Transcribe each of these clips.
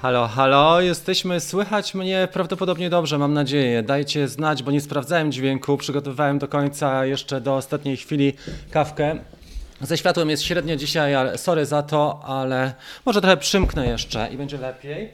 Halo, halo, jesteśmy, słychać mnie prawdopodobnie dobrze, mam nadzieję. Dajcie znać, bo nie sprawdzałem dźwięku, przygotowywałem do końca jeszcze do ostatniej chwili kawkę. Ze światłem jest średnio dzisiaj, ale sorry za to, ale może trochę przymknę jeszcze i będzie lepiej.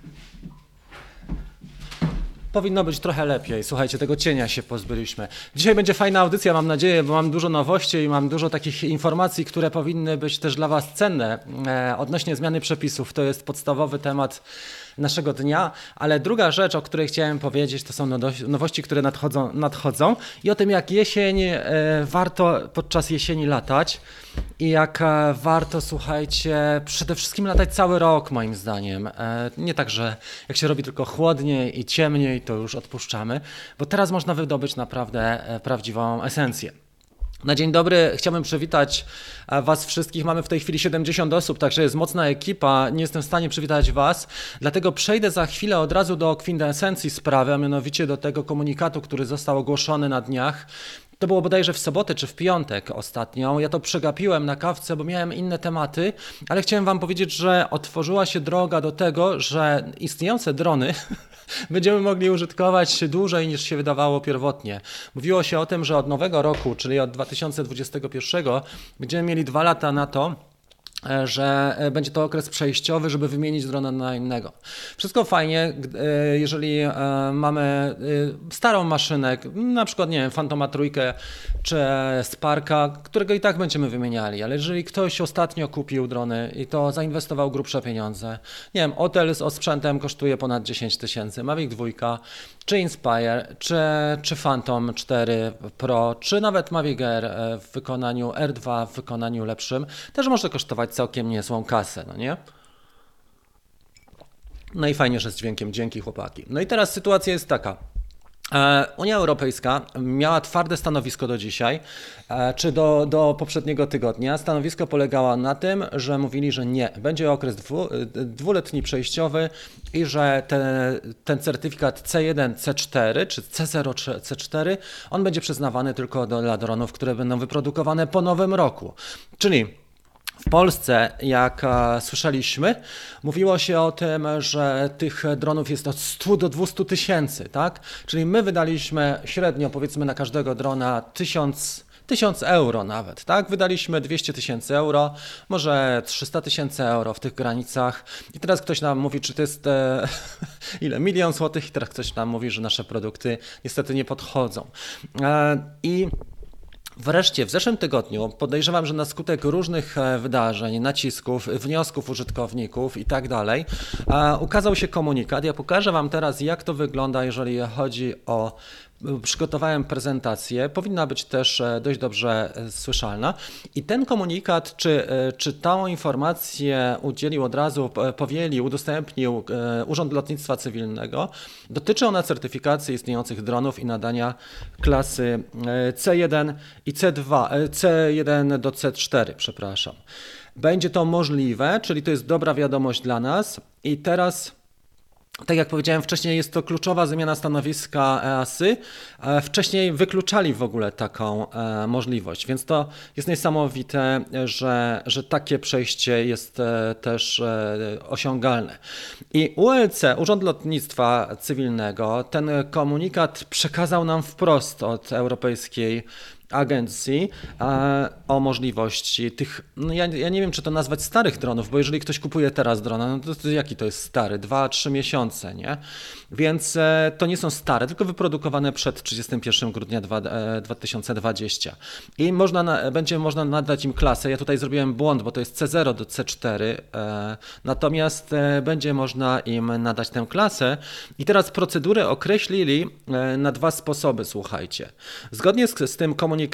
Powinno być trochę lepiej. Słuchajcie, tego cienia się pozbyliśmy. Dzisiaj będzie fajna audycja, mam nadzieję, bo mam dużo nowości i mam dużo takich informacji, które powinny być też dla Was cenne odnośnie zmiany przepisów. To jest podstawowy temat naszego dnia, ale druga rzecz, o której chciałem powiedzieć, to są nowości, które nadchodzą i o tym, jak jesień, warto podczas jesieni latać i jak warto, słuchajcie, przede wszystkim latać cały rok, moim zdaniem. Nie tak, że jak się robi tylko chłodniej i ciemniej, to już odpuszczamy, bo teraz można wydobyć naprawdę prawdziwą esencję. Na dzień dobry, chciałbym przywitać Was wszystkich. Mamy w tej chwili 70 osób, także jest mocna ekipa. Nie jestem w stanie przywitać Was, dlatego przejdę za chwilę od razu do kwintesencji sprawy, a mianowicie do tego komunikatu, który został ogłoszony na dniach. To było bodajże w sobotę czy w piątek ostatnią. Ja to przegapiłem na kawce, bo miałem inne tematy, ale chciałem Wam powiedzieć, że otworzyła się droga do tego, że istniejące drony będziemy mogli użytkować dłużej niż się wydawało pierwotnie. Mówiło się o tym, że od nowego roku, czyli od 2021, będziemy mieli 2 lata na to, że będzie to okres przejściowy, żeby wymienić drona na innego. Wszystko fajnie, jeżeli mamy starą maszynę, na przykład, nie wiem, Phantoma trójkę czy Sparka, którego i tak będziemy wymieniali, ale jeżeli ktoś ostatnio kupił drony i to zainwestował grubsze pieniądze, nie wiem, Otel z osprzętem kosztuje ponad 10 000, Mavic 2, czy Inspire, czy Phantom 4 Pro, czy nawet Mavic Air w wykonaniu R2, w wykonaniu lepszym, też może kosztować całkiem niezłą kasę, no nie? No i fajnie, że z dźwiękiem, dzięki chłopaki. No i teraz sytuacja jest taka. Unia Europejska miała twarde stanowisko do dzisiaj, czy do poprzedniego tygodnia. Stanowisko polegało na tym, że mówili, że nie, będzie okres dwuletni przejściowy i że ten certyfikat C1, C4 czy C0, C4, on będzie przyznawany tylko dla dronów, które będą wyprodukowane po nowym roku. Czyli w Polsce, jak słyszeliśmy, mówiło się o tym, że tych dronów jest od 100 do 200 tysięcy, tak? Czyli my wydaliśmy średnio, powiedzmy, na każdego drona 1000 euro nawet, tak? Wydaliśmy 200 000 euro, może 300 000 euro w tych granicach i teraz ktoś nam mówi, czy to jest ile? 1 000 000 złotych i teraz ktoś nam mówi, że nasze produkty niestety nie podchodzą. Wreszcie w zeszłym tygodniu podejrzewam, że na skutek różnych wydarzeń, nacisków, wniosków użytkowników i tak dalej, ukazał się komunikat. Ja pokażę Wam teraz, jak to wygląda, jeżeli chodzi o... Przygotowałem prezentację, powinna być też dość dobrze słyszalna i ten komunikat, czy tą informację udzielił od razu, udostępnił Urząd Lotnictwa Cywilnego, dotyczy ona certyfikacji istniejących dronów i nadania klasy C1 i C1 do C4, przepraszam. Będzie to możliwe, czyli to jest dobra wiadomość dla nas i teraz... Tak jak powiedziałem wcześniej, jest to kluczowa zmiana stanowiska EASY. Wcześniej wykluczali w ogóle taką możliwość, więc to jest niesamowite, że takie przejście jest też osiągalne. I ULC, Urząd Lotnictwa Cywilnego, ten komunikat przekazał nam wprost od Europejskiej Agencji o możliwości tych, no ja nie wiem, czy to nazwać starych dronów, bo jeżeli ktoś kupuje teraz drona, no to jaki to jest stary? 2-3 miesiące, nie? Więc to nie są stare, tylko wyprodukowane przed 31 grudnia 2020. I będzie można nadać im klasę. Ja tutaj zrobiłem błąd, bo to jest C0 do C4, natomiast będzie można im nadać tę klasę. I teraz procedury określili na 2 sposoby, słuchajcie. Zgodnie z tym komunikatem,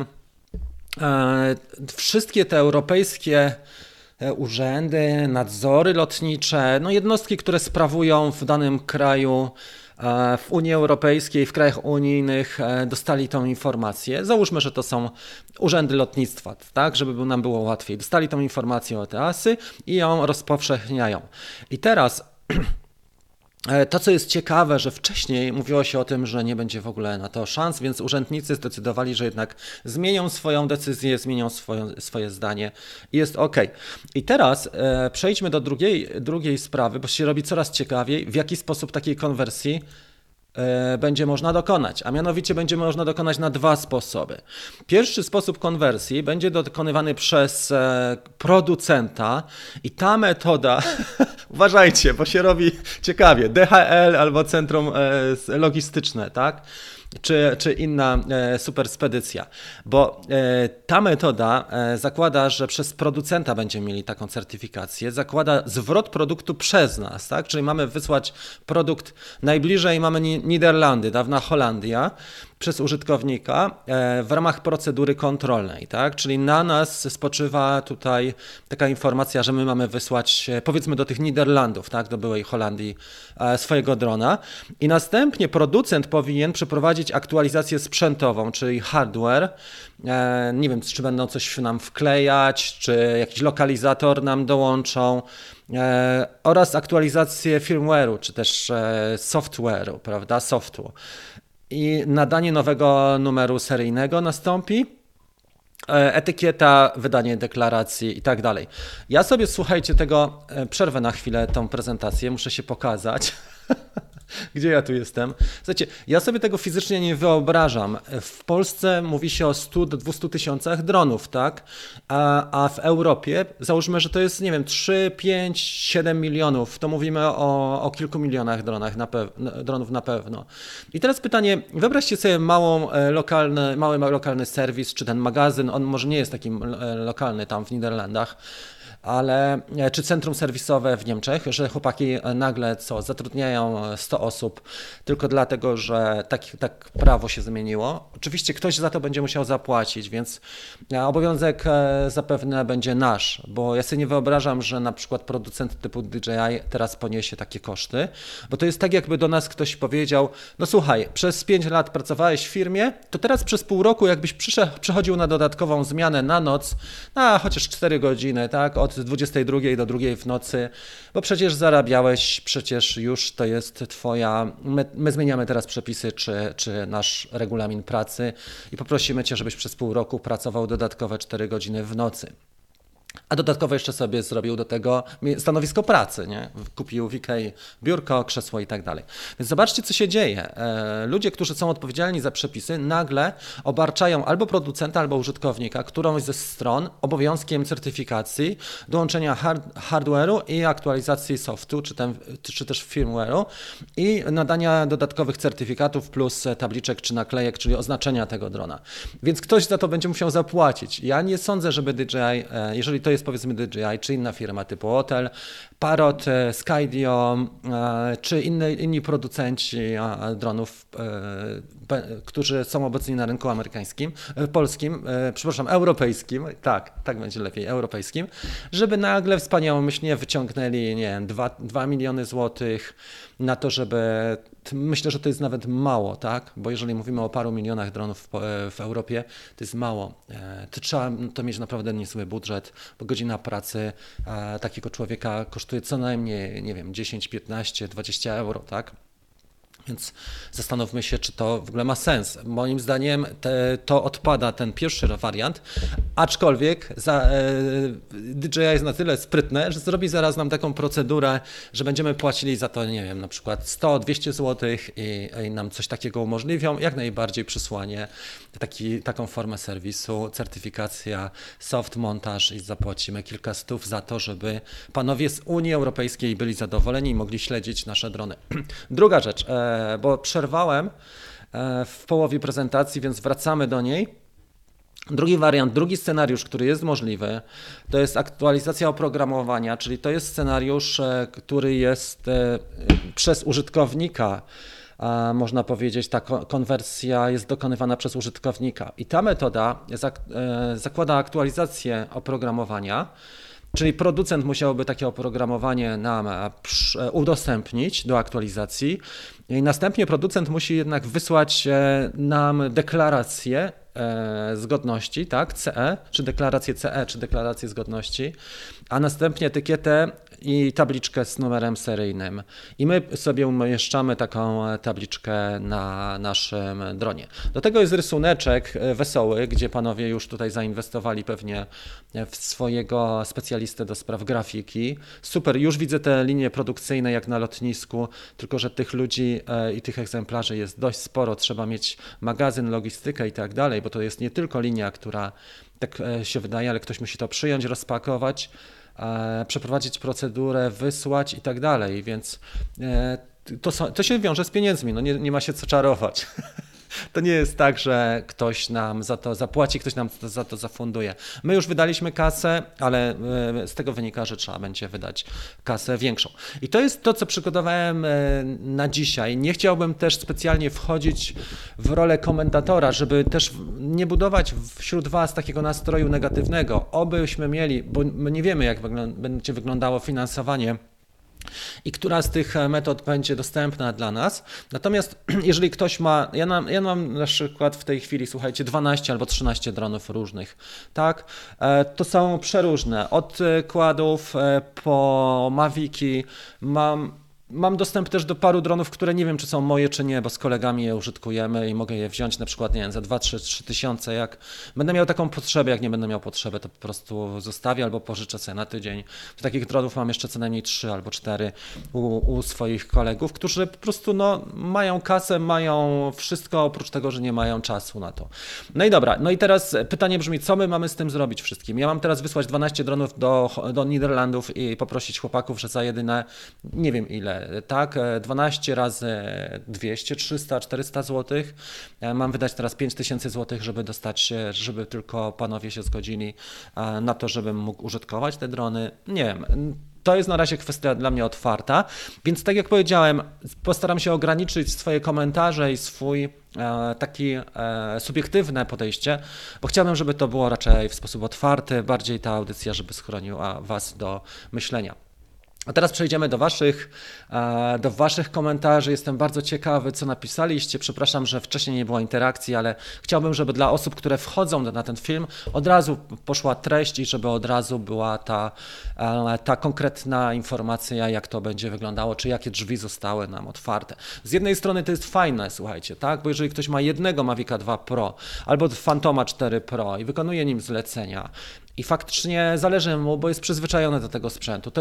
wszystkie te europejskie urzędy, nadzory lotnicze, no jednostki, które sprawują w danym kraju, w Unii Europejskiej, w krajach unijnych dostali tą informację. Załóżmy, że to są urzędy lotnictwa, tak, żeby nam było łatwiej. Dostali tą informację od EASY i ją rozpowszechniają. I teraz To, co jest ciekawe, że wcześniej mówiło się o tym, że nie będzie w ogóle na to szans, więc urzędnicy zdecydowali, że jednak zmienią swoją decyzję, zmienią swoje zdanie i jest OK. I teraz przejdźmy do drugiej sprawy, bo się robi coraz ciekawiej, w jaki sposób takiej konwersji będzie można dokonać, a mianowicie będzie można dokonać na dwa sposoby. Pierwszy sposób konwersji będzie dokonywany przez producenta i ta metoda, uważajcie, bo się robi ciekawie, DHL albo centrum logistyczne, tak? Czy inna superspedycja, bo ta metoda zakłada, że przez producenta będziemy mieli taką certyfikację, zakłada zwrot produktu przez nas, tak? Czyli mamy wysłać produkt najbliżej, mamy Niderlandy, dawna Holandia, przez użytkownika w ramach procedury kontrolnej, tak? Czyli na nas spoczywa tutaj taka informacja, że my mamy wysłać powiedzmy do tych Niderlandów, tak? Do byłej Holandii swojego drona i następnie producent powinien przeprowadzić aktualizację sprzętową, czyli hardware. Nie wiem, czy będą coś nam wklejać, czy jakiś lokalizator nam dołączą, oraz aktualizację firmware'u, czy też software'u, prawda, softu. I nadanie nowego numeru seryjnego nastąpi, etykieta, wydanie deklaracji i tak dalej. Ja sobie, słuchajcie, tego, przerwę na chwilę tą prezentację, muszę się pokazać. Gdzie ja tu jestem? Słuchajcie, ja sobie tego fizycznie nie wyobrażam. W Polsce mówi się o 100 do 200 tysiącach dronów, tak? A w Europie, załóżmy, że to jest, nie wiem, 3, 5, 7 milionów, to mówimy o kilku milionach dronów na pewno. I teraz pytanie, wyobraźcie sobie mały lokalny serwis, czy ten magazyn, on może nie jest taki lokalny tam w Niderlandach, ale czy centrum serwisowe w Niemczech, że chłopaki nagle zatrudniają 100 osób tylko dlatego, że tak prawo się zmieniło. Oczywiście ktoś za to będzie musiał zapłacić, więc obowiązek zapewne będzie nasz, bo ja sobie nie wyobrażam, że na przykład producent typu DJI teraz poniesie takie koszty, bo to jest tak, jakby do nas ktoś powiedział, no słuchaj, przez 5 lat pracowałeś w firmie, to teraz przez pół roku jakbyś przechodził na dodatkową zmianę na noc, chociaż 4 godziny, tak, od 22 do 2 w nocy, bo przecież zarabiałeś, przecież już to jest twoja, my zmieniamy teraz przepisy czy nasz regulamin pracy i poprosimy cię, żebyś przez pół roku pracował dodatkowe 4 godziny w nocy. A dodatkowo jeszcze sobie zrobił do tego stanowisko pracy, nie? Kupił w Ikei biurko, krzesło i tak dalej. Więc zobaczcie, co się dzieje. Ludzie, którzy są odpowiedzialni za przepisy, nagle obarczają albo producenta, albo użytkownika, którąś ze stron obowiązkiem certyfikacji, dołączenia hardware'u i aktualizacji softu, czy też firmware'u i nadania dodatkowych certyfikatów plus tabliczek czy naklejek, czyli oznaczenia tego drona. Więc ktoś za to będzie musiał zapłacić. Ja nie sądzę, żeby DJI, jeżeli to jest powiedzmy DJI, czy inna firma typu Hotel, Parrot, Skydio, czy inni producenci dronów, którzy są obecni na rynku europejskim, tak będzie lepiej, europejskim, żeby nagle wspaniałomyślnie wyciągnęli, nie wiem, 2 miliony złotych na to, żeby, myślę, że to jest nawet mało, tak, bo jeżeli mówimy o paru milionach dronów w Europie, to jest mało. To trzeba to mieć naprawdę niezły budżet, bo godzina pracy takiego człowieka kosztuje co najmniej, nie wiem, 10, 15, 20 euro, tak? Więc zastanówmy się, czy to w ogóle ma sens. Moim zdaniem to odpada ten pierwszy wariant, aczkolwiek DJI jest na tyle sprytne, że zrobi zaraz nam taką procedurę, że będziemy płacili za to, nie wiem, na przykład 100-200 zł i nam coś takiego umożliwią. Jak najbardziej przysłanie, taką formę serwisu, certyfikacja, soft montaż i zapłacimy kilka stów za to, żeby panowie z Unii Europejskiej byli zadowoleni i mogli śledzić nasze drony. Druga rzecz, bo przerwałem w połowie prezentacji, więc wracamy do niej. Drugi wariant, drugi scenariusz, który jest możliwy, to jest aktualizacja oprogramowania, czyli to jest scenariusz, który jest przez użytkownika, można powiedzieć, ta konwersja jest dokonywana przez użytkownika. I ta metoda zakłada aktualizację oprogramowania, czyli producent musiałby takie oprogramowanie nam udostępnić do aktualizacji i następnie producent musi jednak wysłać nam deklarację zgodności, tak, CE, czy deklarację zgodności, a następnie etykietę i tabliczkę z numerem seryjnym. I my sobie umieszczamy taką tabliczkę na naszym dronie. Do tego jest rysuneczek wesoły, gdzie panowie już tutaj zainwestowali pewnie w swojego specjalistę do spraw grafiki. Super, już widzę te linie produkcyjne jak na lotnisku, tylko że tych ludzi i tych egzemplarzy jest dość sporo. Trzeba mieć magazyn, logistykę i tak dalej, bo to jest nie tylko linia, która tak się wydaje, ale ktoś musi to przyjąć, rozpakować, przeprowadzić procedurę, wysłać i tak dalej, więc to się wiąże z pieniędzmi, no nie ma się co czarować. To nie jest tak, że ktoś nam za to zapłaci, ktoś nam za to zafunduje. My już wydaliśmy kasę, ale z tego wynika, że trzeba będzie wydać kasę większą. I to jest to, co przygotowałem na dzisiaj. Nie chciałbym też specjalnie wchodzić w rolę komentatora, żeby też nie budować wśród Was takiego nastroju negatywnego. Obyśmy mieli, bo my nie wiemy, jak będzie wyglądało finansowanie i która z tych metod będzie dostępna dla nas. Natomiast jeżeli ktoś ma, ja mam na przykład w tej chwili, słuchajcie, 12 albo 13 dronów różnych, tak? To są przeróżne, od kładów po Maviki, Mam dostęp też do paru dronów, które nie wiem, czy są moje, czy nie, bo z kolegami je użytkujemy i mogę je wziąć na przykład, nie wiem, za 2-3 tysiące. Jak będę miał taką potrzebę, jak nie będę miał potrzeby, to po prostu zostawię albo pożyczę sobie na tydzień. Takich dronów mam jeszcze co najmniej 3 albo 4 u swoich kolegów, którzy po prostu mają kasę, mają wszystko, oprócz tego, że nie mają czasu na to. No i dobra, no i teraz pytanie brzmi, co my mamy z tym zrobić wszystkim? Ja mam teraz wysłać 12 dronów do Niderlandów i poprosić chłopaków, że za jedyne, nie wiem ile, tak, 12 razy 200, 300, 400 zł. Mam wydać teraz 5000 zł, żeby dostać, żeby tylko panowie się zgodzili na to, żebym mógł użytkować te drony. Nie wiem. To jest na razie kwestia dla mnie otwarta, więc tak jak powiedziałem, postaram się ograniczyć swoje komentarze i swój taki subiektywne podejście, bo chciałbym, żeby to było raczej w sposób otwarty, bardziej ta audycja, żeby schroniła Was do myślenia. A teraz przejdziemy do waszych komentarzy. Jestem bardzo ciekawy, co napisaliście. Przepraszam, że wcześniej nie było interakcji, ale chciałbym, żeby dla osób, które wchodzą na ten film, od razu poszła treść i żeby od razu była ta konkretna informacja, jak to będzie wyglądało, czy jakie drzwi zostały nam otwarte. Z jednej strony to jest fajne, słuchajcie, tak? Bo jeżeli ktoś ma jednego Mavica 2 Pro albo Phantoma 4 Pro i wykonuje nim zlecenia, i faktycznie zależy mu, bo jest przyzwyczajony do tego sprzętu.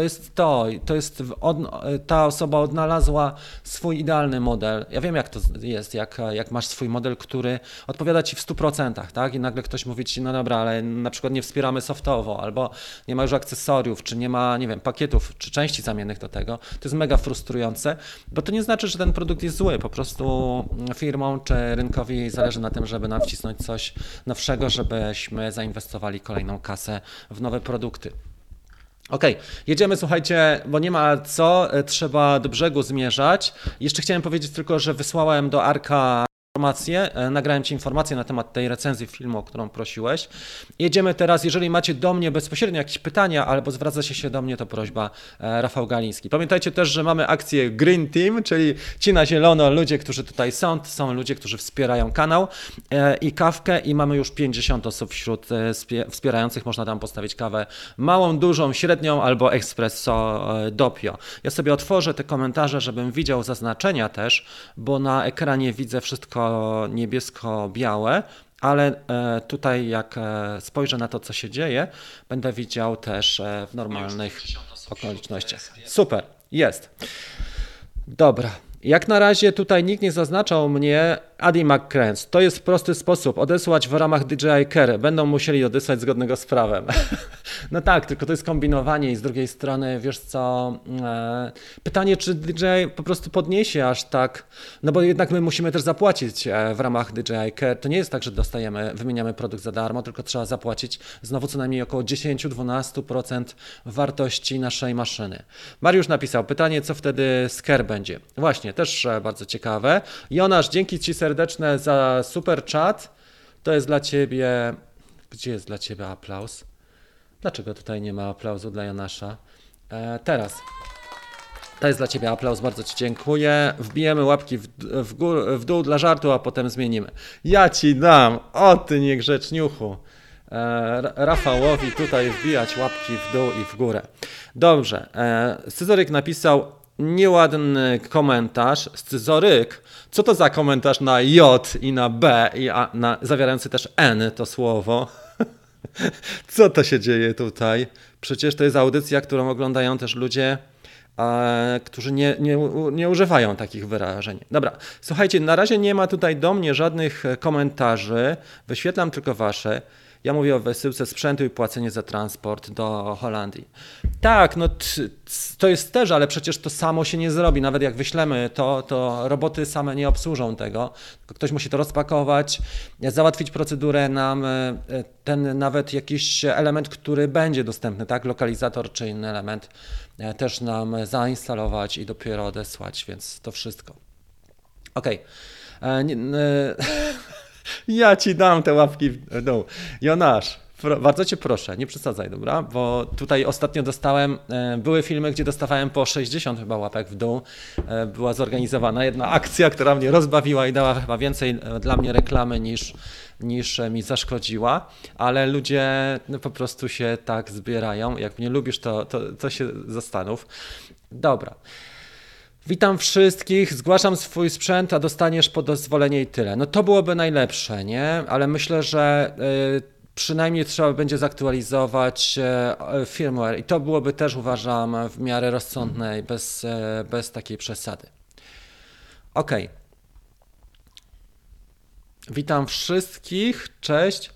Ta osoba odnalazła swój idealny model. Ja wiem, jak to jest, jak masz swój model, który odpowiada Ci w 100%, tak? I nagle ktoś mówi Ci, no dobra, ale na przykład nie wspieramy softowo, albo nie ma już akcesoriów, czy nie ma, nie wiem, pakietów, czy części zamiennych do tego. To jest mega frustrujące, bo to nie znaczy, że ten produkt jest zły. Po prostu firmom czy rynkowi zależy na tym, żeby nam wcisnąć coś nowszego, żebyśmy zainwestowali kolejną kasę w nowe produkty. Okej, jedziemy, słuchajcie, bo nie ma co, trzeba do brzegu zmierzać. Jeszcze chciałem powiedzieć tylko, że wysłałem do Arka informacje, nagrałem Ci informację na temat tej recenzji filmu, o którą prosiłeś. Jedziemy teraz, jeżeli macie do mnie bezpośrednio jakieś pytania, albo zwraca się do mnie, to prośba, Rafał Galiński. Pamiętajcie też, że mamy akcję Green Team, czyli ci na zielono ludzie, którzy tutaj są, to są ludzie, którzy wspierają kanał i kawkę i mamy już 50 osób wśród wspierających, można tam postawić kawę małą, dużą, średnią albo espresso doppio. Ja sobie otworzę te komentarze, żebym widział zaznaczenia też, bo na ekranie widzę wszystko niebiesko-białe, ale tutaj jak spojrzę na to, co się dzieje, będę widział też w normalnych okolicznościach. Super, jest. Dobra. Jak na razie tutaj nikt nie zaznaczał mnie, Adi McCrans. To jest prosty sposób, odesłać w ramach DJI Care. Będą musieli odesłać zgodnego z prawem. No tak, tylko to jest kombinowanie i z drugiej strony, wiesz co, pytanie, czy DJI po prostu podniesie aż tak, no bo jednak my musimy też zapłacić w ramach DJI Care. To nie jest tak, że wymieniamy produkt za darmo, tylko trzeba zapłacić znowu co najmniej około 10-12% wartości naszej maszyny. Mariusz napisał, pytanie, co wtedy z Care będzie? Właśnie, też bardzo ciekawe. Jonasz, dzięki Ci serdeczne za super chat. To jest dla Ciebie... Gdzie jest dla Ciebie aplauz? Dlaczego tutaj nie ma aplauzu dla Jonasza? Teraz. To jest dla Ciebie aplauz, bardzo Ci dziękuję. Wbijemy łapki w dół dla żartu, a potem zmienimy. Ja Ci dam, o Ty niegrzeczniuchu. Rafałowi tutaj wbijać łapki w dół i w górę. Dobrze, Scyzoryk napisał nieładny komentarz. Scyzoryk, co to za komentarz na J i na B, zawierający też N to słowo? Co to się dzieje tutaj? Przecież to jest audycja, którą oglądają też ludzie, którzy nie używają takich wyrażeń. Dobra, słuchajcie, na razie nie ma tutaj do mnie żadnych komentarzy, wyświetlam tylko wasze. Ja mówię o wysyłce sprzętu i płacenie za transport do Holandii. Tak, no to jest też, ale przecież to samo się nie zrobi. Nawet jak wyślemy to roboty same nie obsłużą tego. Ktoś musi to rozpakować, załatwić procedurę nam, ten nawet jakiś element, który będzie dostępny, tak, lokalizator czy inny element, też nam zainstalować i dopiero odesłać, więc to wszystko. Okej. Ja ci dam te łapki w dół. Jonasz, bardzo cię proszę, nie przesadzaj, dobra? Bo tutaj ostatnio były filmy, gdzie dostawałem po 60 chyba łapek w dół. Była zorganizowana jedna akcja, która mnie rozbawiła i dała chyba więcej dla mnie reklamy niż mi zaszkodziła, ale ludzie po prostu się tak zbierają. Jak mnie lubisz, to się zastanów. Dobra. Witam wszystkich, zgłaszam swój sprzęt, a dostaniesz po dozwolenie i tyle. No to byłoby najlepsze, nie? Ale myślę, że przynajmniej trzeba będzie zaktualizować firmware i to byłoby też, uważam, w miarę rozsądne i bez takiej przesady. Ok. Witam wszystkich, cześć.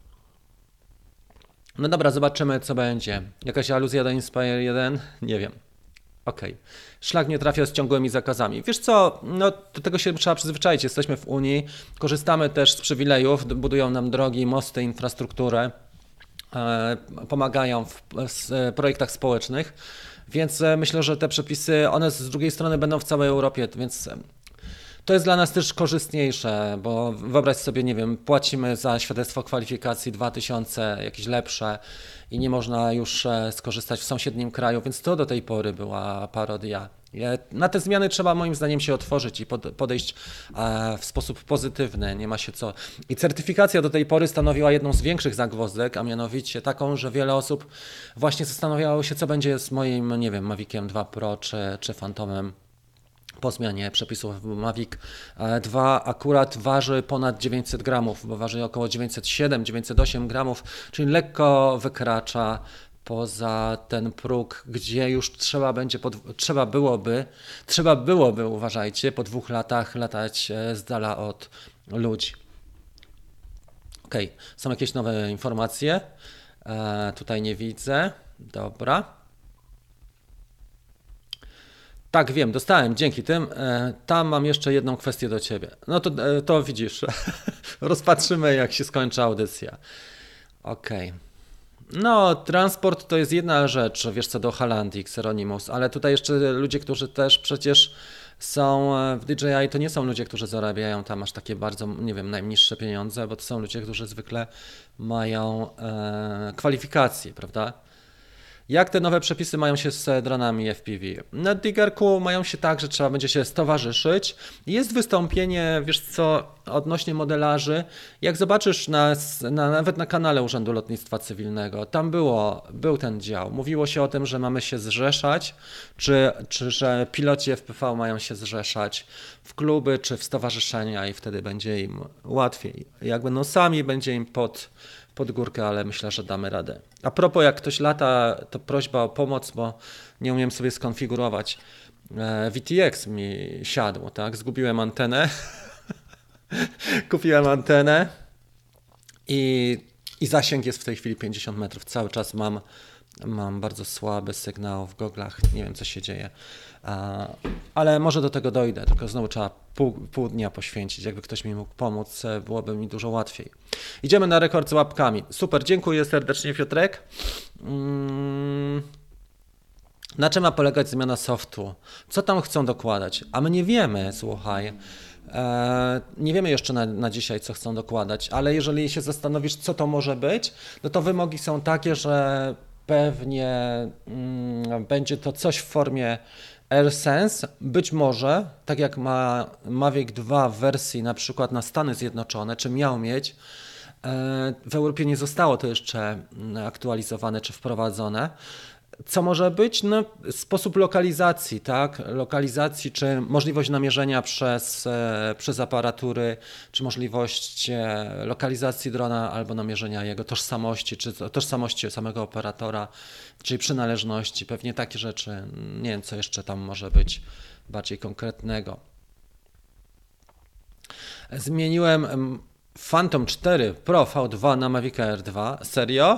No dobra, zobaczymy co będzie. Jakaś aluzja do Inspire 1? Nie wiem. Okej. Szlak nie trafia z ciągłymi zakazami. Wiesz co, no do tego się trzeba przyzwyczaić. Jesteśmy w Unii, korzystamy też z przywilejów, budują nam drogi, mosty, infrastrukturę, pomagają w projektach społecznych, więc myślę, że te przepisy, one z drugiej strony będą w całej Europie, więc to jest dla nas też korzystniejsze, bo wyobraź sobie, nie wiem, płacimy za świadectwo kwalifikacji 2000, jakieś lepsze i nie można już skorzystać w sąsiednim kraju, więc to do tej pory była parodia. Na te zmiany trzeba moim zdaniem się otworzyć i podejść w sposób pozytywny, nie ma się co. I certyfikacja do tej pory stanowiła jedną z większych zagwozdek, a mianowicie taką, że wiele osób właśnie zastanawiało się, co będzie z moim, nie wiem, Maviciem 2 Pro czy Phantomem. Po zmianie przepisów Mavic 2 akurat waży ponad 900 gramów, bo waży około 907-908 gramów, czyli lekko wykracza poza ten próg, gdzie już trzeba byłoby, uważajcie, po 2 latach latać z dala od ludzi. Ok, są jakieś nowe informacje? Tutaj nie widzę. Dobra. Tak, wiem, dostałem, dzięki tym. Tam mam jeszcze jedną kwestię do Ciebie. No to widzisz, rozpatrzymy jak się skończy audycja. Okej. No, transport to jest jedna rzecz, wiesz co, do Holandii, Xeronimus, ale tutaj jeszcze ludzie, którzy też przecież są w DJI, to nie są ludzie, którzy zarabiają tam aż takie bardzo, nie wiem, najniższe pieniądze, bo to są ludzie, którzy zwykle mają kwalifikacje, prawda? Jak te nowe przepisy mają się z dronami FPV? Na Diggerku mają się tak, że trzeba będzie się stowarzyszyć. Jest wystąpienie, wiesz co, odnośnie modelarzy. Jak zobaczysz nawet na kanale Urzędu Lotnictwa Cywilnego, tam był ten dział. Mówiło się o tym, że mamy się zrzeszać, czy że piloci FPV mają się zrzeszać w kluby, czy w stowarzyszenia i wtedy będzie im łatwiej. Jak będą sami, będzie im pod górkę, ale myślę, że damy radę. A propos, jak ktoś lata, to prośba o pomoc, bo nie umiem sobie skonfigurować. VTX mi siadł, tak? Zgubiłem antenę, kupiłem antenę i zasięg jest w tej chwili 50 metrów. Cały czas mam bardzo słaby sygnał w goglach, nie wiem co się dzieje, ale może do tego dojdę, tylko znowu trzeba pół dnia poświęcić. Jakby ktoś mi mógł pomóc, byłoby mi dużo łatwiej. Idziemy na rekord z łapkami. Super, dziękuję serdecznie, Piotrek. Na czym ma polegać zmiana softu? Co tam chcą dokładać? A my nie wiemy, słuchaj. Nie wiemy jeszcze na dzisiaj, co chcą dokładać, ale jeżeli się zastanowisz, co to może być, no to wymogi są takie, że pewnie będzie to coś w formie AirSense, być może, tak jak ma Mavic 2 w wersji na przykład na Stany Zjednoczone, czy miał mieć, W Europie nie zostało to jeszcze aktualizowane czy wprowadzone. Co może być? No, sposób lokalizacji, tak? Lokalizacji, czy możliwość namierzenia przez aparatury, czy możliwość lokalizacji drona albo namierzenia jego tożsamości, czy tożsamości samego operatora, czyli przynależności, pewnie takie rzeczy. Nie wiem, co jeszcze tam może być bardziej konkretnego. Zmieniłem Phantom 4 Pro V2 na Mavica Air 2. Serio?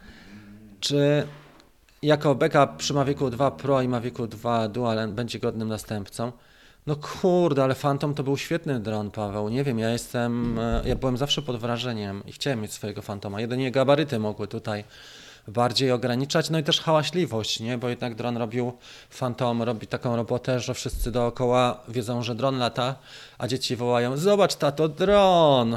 Czy jako backup przy Mavicu 2 Pro i Mavicu 2 Dual będzie godnym następcą? No kurde, ale Phantom to był świetny dron, Paweł. Nie wiem, ja byłem zawsze pod wrażeniem i chciałem mieć swojego Phantoma. Jedynie gabaryty mogły tutaj bardziej ograniczać, no i też hałaśliwość, nie? Bo jednak Phantom robi taką robotę, że wszyscy dookoła wiedzą, że dron lata, a dzieci wołają: zobacz, tato, dron!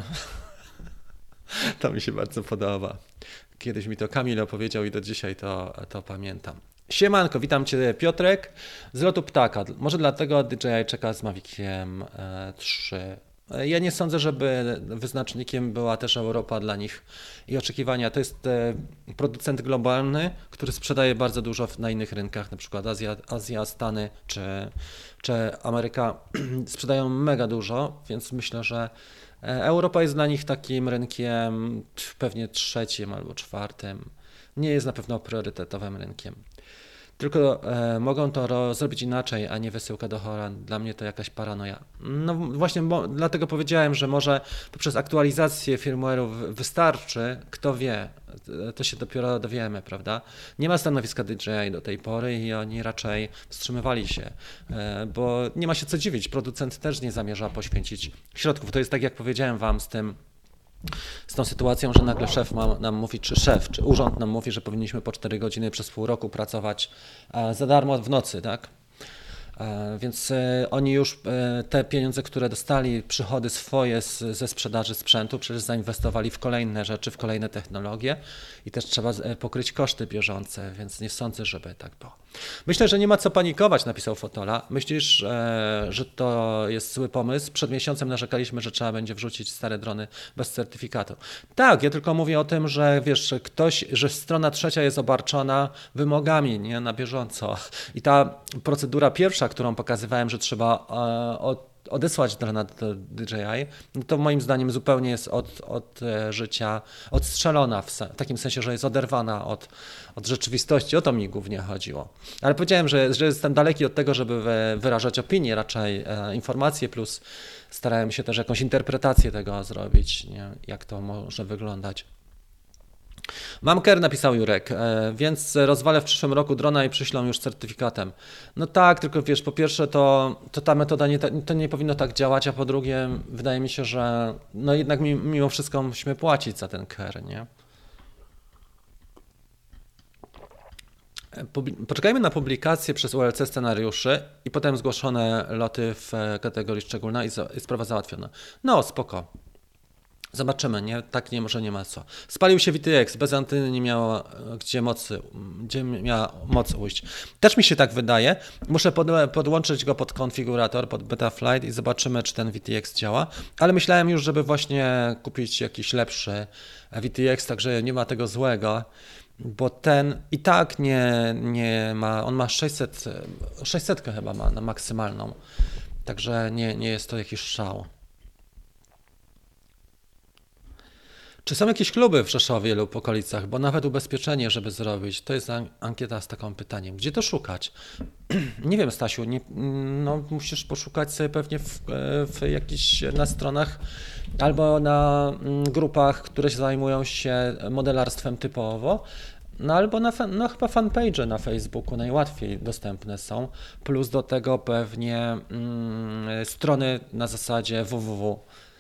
To mi się bardzo podoba. Kiedyś mi to Kamil opowiedział i do dzisiaj to pamiętam. Siemanko, witam Cię, Piotrek z lotu ptaka. Może dlatego DJI czeka z Maviciem 3. Ja nie sądzę, żeby wyznacznikiem była też Europa dla nich i oczekiwania. To jest producent globalny, który sprzedaje bardzo dużo na innych rynkach, na przykład Azja, Stany czy Ameryka sprzedają mega dużo, więc myślę, że Europa jest dla nich takim rynkiem pewnie trzecim albo czwartym. Nie jest na pewno priorytetowym rynkiem. Tylko mogą to zrobić inaczej, a nie wysyłka do Horan. Dla mnie to jakaś paranoja. No właśnie, dlatego powiedziałem, że może poprzez aktualizację firmware'u wystarczy. Kto wie, to się dopiero dowiemy, prawda? Nie ma stanowiska DJI do tej pory i oni raczej wstrzymywali się, bo nie ma się co dziwić. Producent też nie zamierza poświęcić środków. To jest tak, jak powiedziałem Wam z tą sytuacją, że nagle szef nam mówi, czy urząd nam mówi, że powinniśmy po 4 godziny przez pół roku pracować za darmo w nocy, tak? Więc oni już te pieniądze, które dostali, przychody swoje ze sprzedaży sprzętu, przecież zainwestowali w kolejne rzeczy, w kolejne technologie i też trzeba pokryć koszty bieżące, więc nie sądzę, żeby tak było. Myślę, że nie ma co panikować, napisał Fotola. Myślisz, że to jest zły pomysł? Przed miesiącem narzekaliśmy, że trzeba będzie wrzucić stare drony bez certyfikatu. Tak, ja tylko mówię o tym, że wiesz, że strona trzecia jest obarczona wymogami, nie, na bieżąco. I ta procedura pierwsza, którą pokazywałem, że trzeba odesłać drona do DJI, no to moim zdaniem zupełnie jest od życia odstrzelona, w takim sensie, że jest oderwana od rzeczywistości. O to mi głównie chodziło. Ale powiedziałem, że jestem daleki od tego, żeby wyrażać opinię, raczej informacje, plus starałem się też jakąś interpretację tego zrobić, nie? Jak to może wyglądać. Mamker, napisał Jurek, więc rozwalę w przyszłym roku drona i przyślą już certyfikatem. No tak, tylko wiesz, po pierwsze to ta metoda to nie powinno tak działać, a po drugie wydaje mi się, że no jednak mimo wszystko musimy płacić za ten care, nie? Poczekajmy na publikację przez ULC scenariuszy i potem zgłoszone loty w kategorii szczególna i sprawa załatwiona. No, spoko. Zobaczymy, nie? Tak może nie ma co. Spalił się VTX, bez anteny nie miało gdzie miała moc ujść. Też mi się tak wydaje. Muszę podłączyć go pod konfigurator, pod Betaflight i zobaczymy, czy ten VTX działa. Ale myślałem już, żeby właśnie kupić jakiś lepszy VTX, także nie ma tego złego, bo ten i tak nie ma, on ma 600 chyba ma na maksymalną, także nie jest to jakiś szał. Czy są jakieś kluby w Rzeszowie lub okolicach? Bo nawet ubezpieczenie, żeby zrobić, to jest ankieta z takim pytaniem. Gdzie to szukać? Nie wiem, Stasiu, no musisz poszukać sobie pewnie w jakichś na stronach albo na grupach, które zajmują się modelarstwem typowo, no albo chyba fanpage na Facebooku najłatwiej dostępne są, plus do tego pewnie strony na zasadzie www.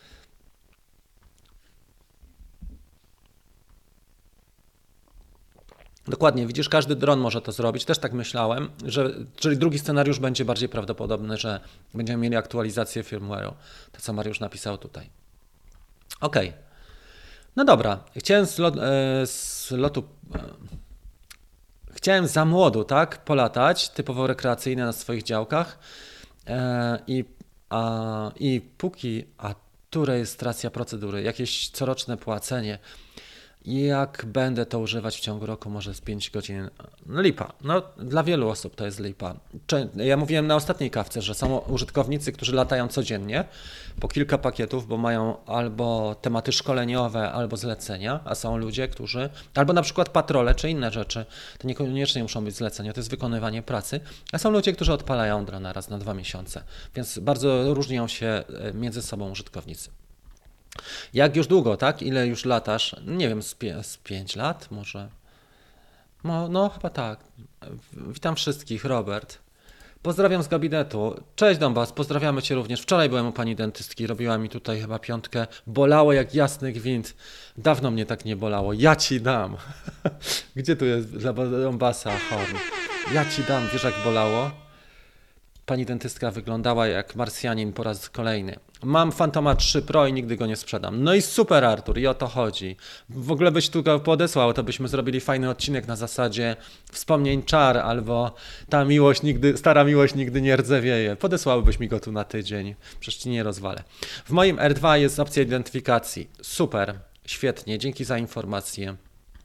Dokładnie, widzisz, każdy dron może to zrobić. Też tak myślałem, czyli drugi scenariusz będzie bardziej prawdopodobny, że będziemy mieli aktualizację firmware'u. To, co Mariusz napisał tutaj. Okej. No dobra, chciałem z lotu... Chciałem za młodu, tak, polatać, typowo rekreacyjnie na swoich działkach i póki... Tu rejestracja procedury, jakieś coroczne płacenie. Jak będę to używać w ciągu roku, może z 5 godzin. No lipa. No, dla wielu osób to jest lipa. Ja mówiłem na ostatniej kawce, że są użytkownicy, którzy latają codziennie po kilka pakietów, bo mają albo tematy szkoleniowe, albo zlecenia, a są ludzie, którzy, albo na przykład patrole czy inne rzeczy, to niekoniecznie muszą być zlecenia, to jest wykonywanie pracy, a są ludzie, którzy odpalają drona raz na 2 miesiące, więc bardzo różnią się między sobą użytkownicy. Jak już długo, tak? Ile już latasz? Nie wiem, z 5 lat może? No, chyba tak. Witam wszystkich, Robert. Pozdrawiam z gabinetu. Cześć Donbas, pozdrawiamy Cię również. Wczoraj byłem u pani dentystki, robiła mi tutaj chyba 5. Bolało jak jasny gwint. Dawno mnie tak nie bolało. Ja Ci dam. Gdzie tu jest dla Donbasa horn? Ja Ci dam, wiesz jak bolało? Pani dentystka wyglądała jak Marsjanin po raz kolejny. Mam Fantoma 3 Pro i nigdy go nie sprzedam. No i super, Artur, i o to chodzi. W ogóle byś tu go podesłał, to byśmy zrobili fajny odcinek na zasadzie wspomnień czar, albo stara miłość nigdy nie rdzewieje. Podesłałbyś mi go tu na tydzień, przecież ci nie rozwalę. W moim R2 jest opcja identyfikacji. Super, świetnie, dzięki za informację.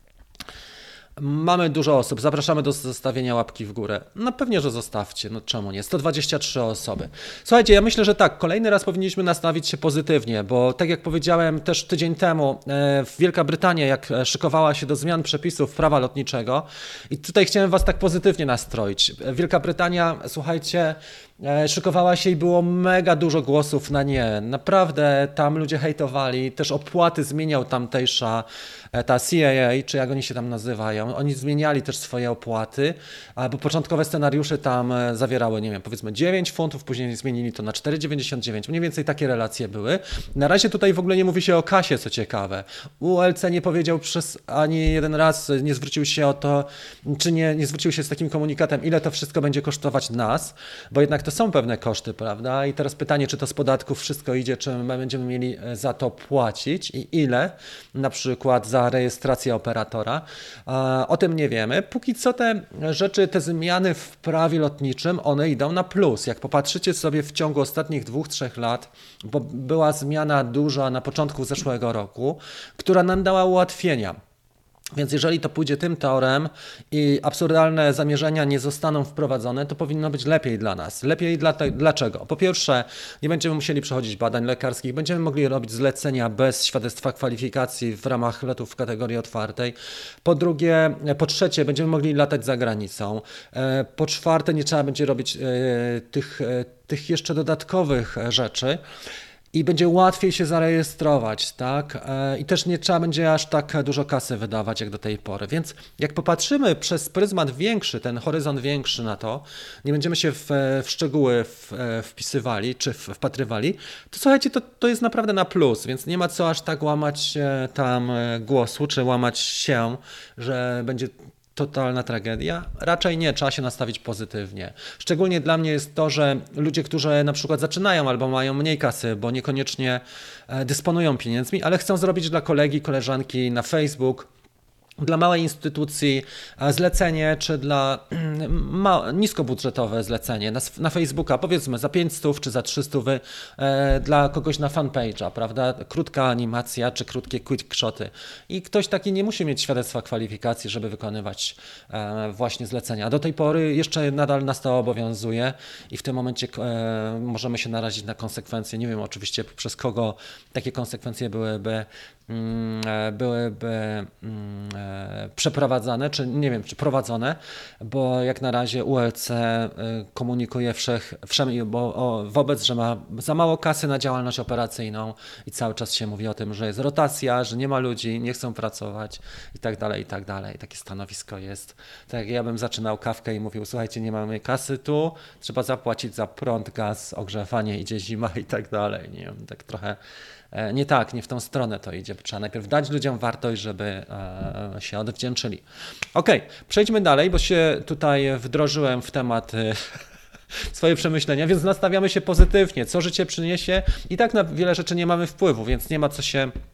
Mamy dużo osób, zapraszamy do zostawienia łapki w górę. No pewnie, że zostawcie, no czemu nie? 123 osoby. Słuchajcie, ja myślę, że tak, kolejny raz powinniśmy nastawić się pozytywnie, bo tak jak powiedziałem też tydzień temu, Wielka Brytania jak szykowała się do zmian przepisów prawa lotniczego i tutaj chciałem was tak pozytywnie nastroić. Wielka Brytania, słuchajcie, szykowała się i było mega dużo głosów na nie. Naprawdę tam ludzie hejtowali, też opłaty zmieniał tamtejsza ta CAA, czy jak oni się tam nazywają. Oni zmieniali też swoje opłaty, bo początkowe scenariusze tam zawierały, nie wiem, powiedzmy 9 funtów, później zmienili to na 4,99. Mniej więcej takie relacje były. Na razie tutaj w ogóle nie mówi się o kasie, co ciekawe. ULC nie powiedział przez ani jeden raz, nie zwrócił się o to, czy nie zwrócił się z takim komunikatem, ile to wszystko będzie kosztować nas, bo jednak to są pewne koszty, prawda? I teraz pytanie, czy to z podatków wszystko idzie, czy my będziemy mieli za to płacić i ile, na przykład za rejestrację operatora. O tym nie wiemy. Póki co te rzeczy, te zmiany w prawie lotniczym, one idą na plus. Jak popatrzycie sobie w ciągu ostatnich 2-3 lat, bo była zmiana duża na początku zeszłego roku, która nam dała ułatwienia. Więc jeżeli to pójdzie tym torem i absurdalne zamierzenia nie zostaną wprowadzone, to powinno być lepiej dla nas. Lepiej dlaczego? Po pierwsze, nie będziemy musieli przechodzić badań lekarskich, będziemy mogli robić zlecenia bez świadectwa kwalifikacji w ramach lotów w kategorii otwartej. Po trzecie, będziemy mogli latać za granicą. Po czwarte, nie trzeba będzie robić tych jeszcze dodatkowych rzeczy. I będzie łatwiej się zarejestrować, tak? I też nie trzeba będzie aż tak dużo kasy wydawać jak do tej pory. Więc jak popatrzymy przez pryzmat większy, ten horyzont większy na to, nie będziemy się w szczegóły wpisywali czy wpatrywali, to słuchajcie, to jest naprawdę na plus, więc nie ma co aż tak łamać tam głosu, czy łamać się, że będzie totalna tragedia? Raczej nie, trzeba się nastawić pozytywnie. Szczególnie dla mnie jest to, że ludzie, którzy na przykład zaczynają albo mają mniej kasy, bo niekoniecznie dysponują pieniędzmi, ale chcą zrobić dla kolegi, koleżanki na Facebook, dla małej instytucji zlecenie, czy dla niskobudżetowe zlecenie na Facebooka, powiedzmy za 500 czy za 300 dla kogoś na fanpage'a, prawda? Krótka animacja czy krótkie quickshoty. I ktoś taki nie musi mieć świadectwa kwalifikacji, żeby wykonywać właśnie zlecenia. Do tej pory jeszcze nadal nas to obowiązuje i w tym momencie możemy się narazić na konsekwencje. Nie wiem oczywiście przez kogo takie konsekwencje byłyby przeprowadzane, czy nie wiem, czy prowadzone, bo jak na razie ULC komunikuje wobec, że ma za mało kasy na działalność operacyjną i cały czas się mówi o tym, że jest rotacja, że nie ma ludzi, nie chcą pracować i tak dalej, i tak dalej. Takie stanowisko jest. Tak jak ja bym zaczynał kawkę i mówił, słuchajcie, nie mamy kasy tu, trzeba zapłacić za prąd, gaz, ogrzewanie, idzie zima i tak dalej. Nie wiem, tak trochę nie w tą stronę to idzie. Trzeba najpierw dać ludziom wartość, żeby się odwdzięczyli. Okej, przejdźmy dalej, bo się tutaj wdrożyłem w temat swoje przemyślenia, więc nastawiamy się pozytywnie. Co życie przyniesie? I tak na wiele rzeczy nie mamy wpływu, więc nie ma co się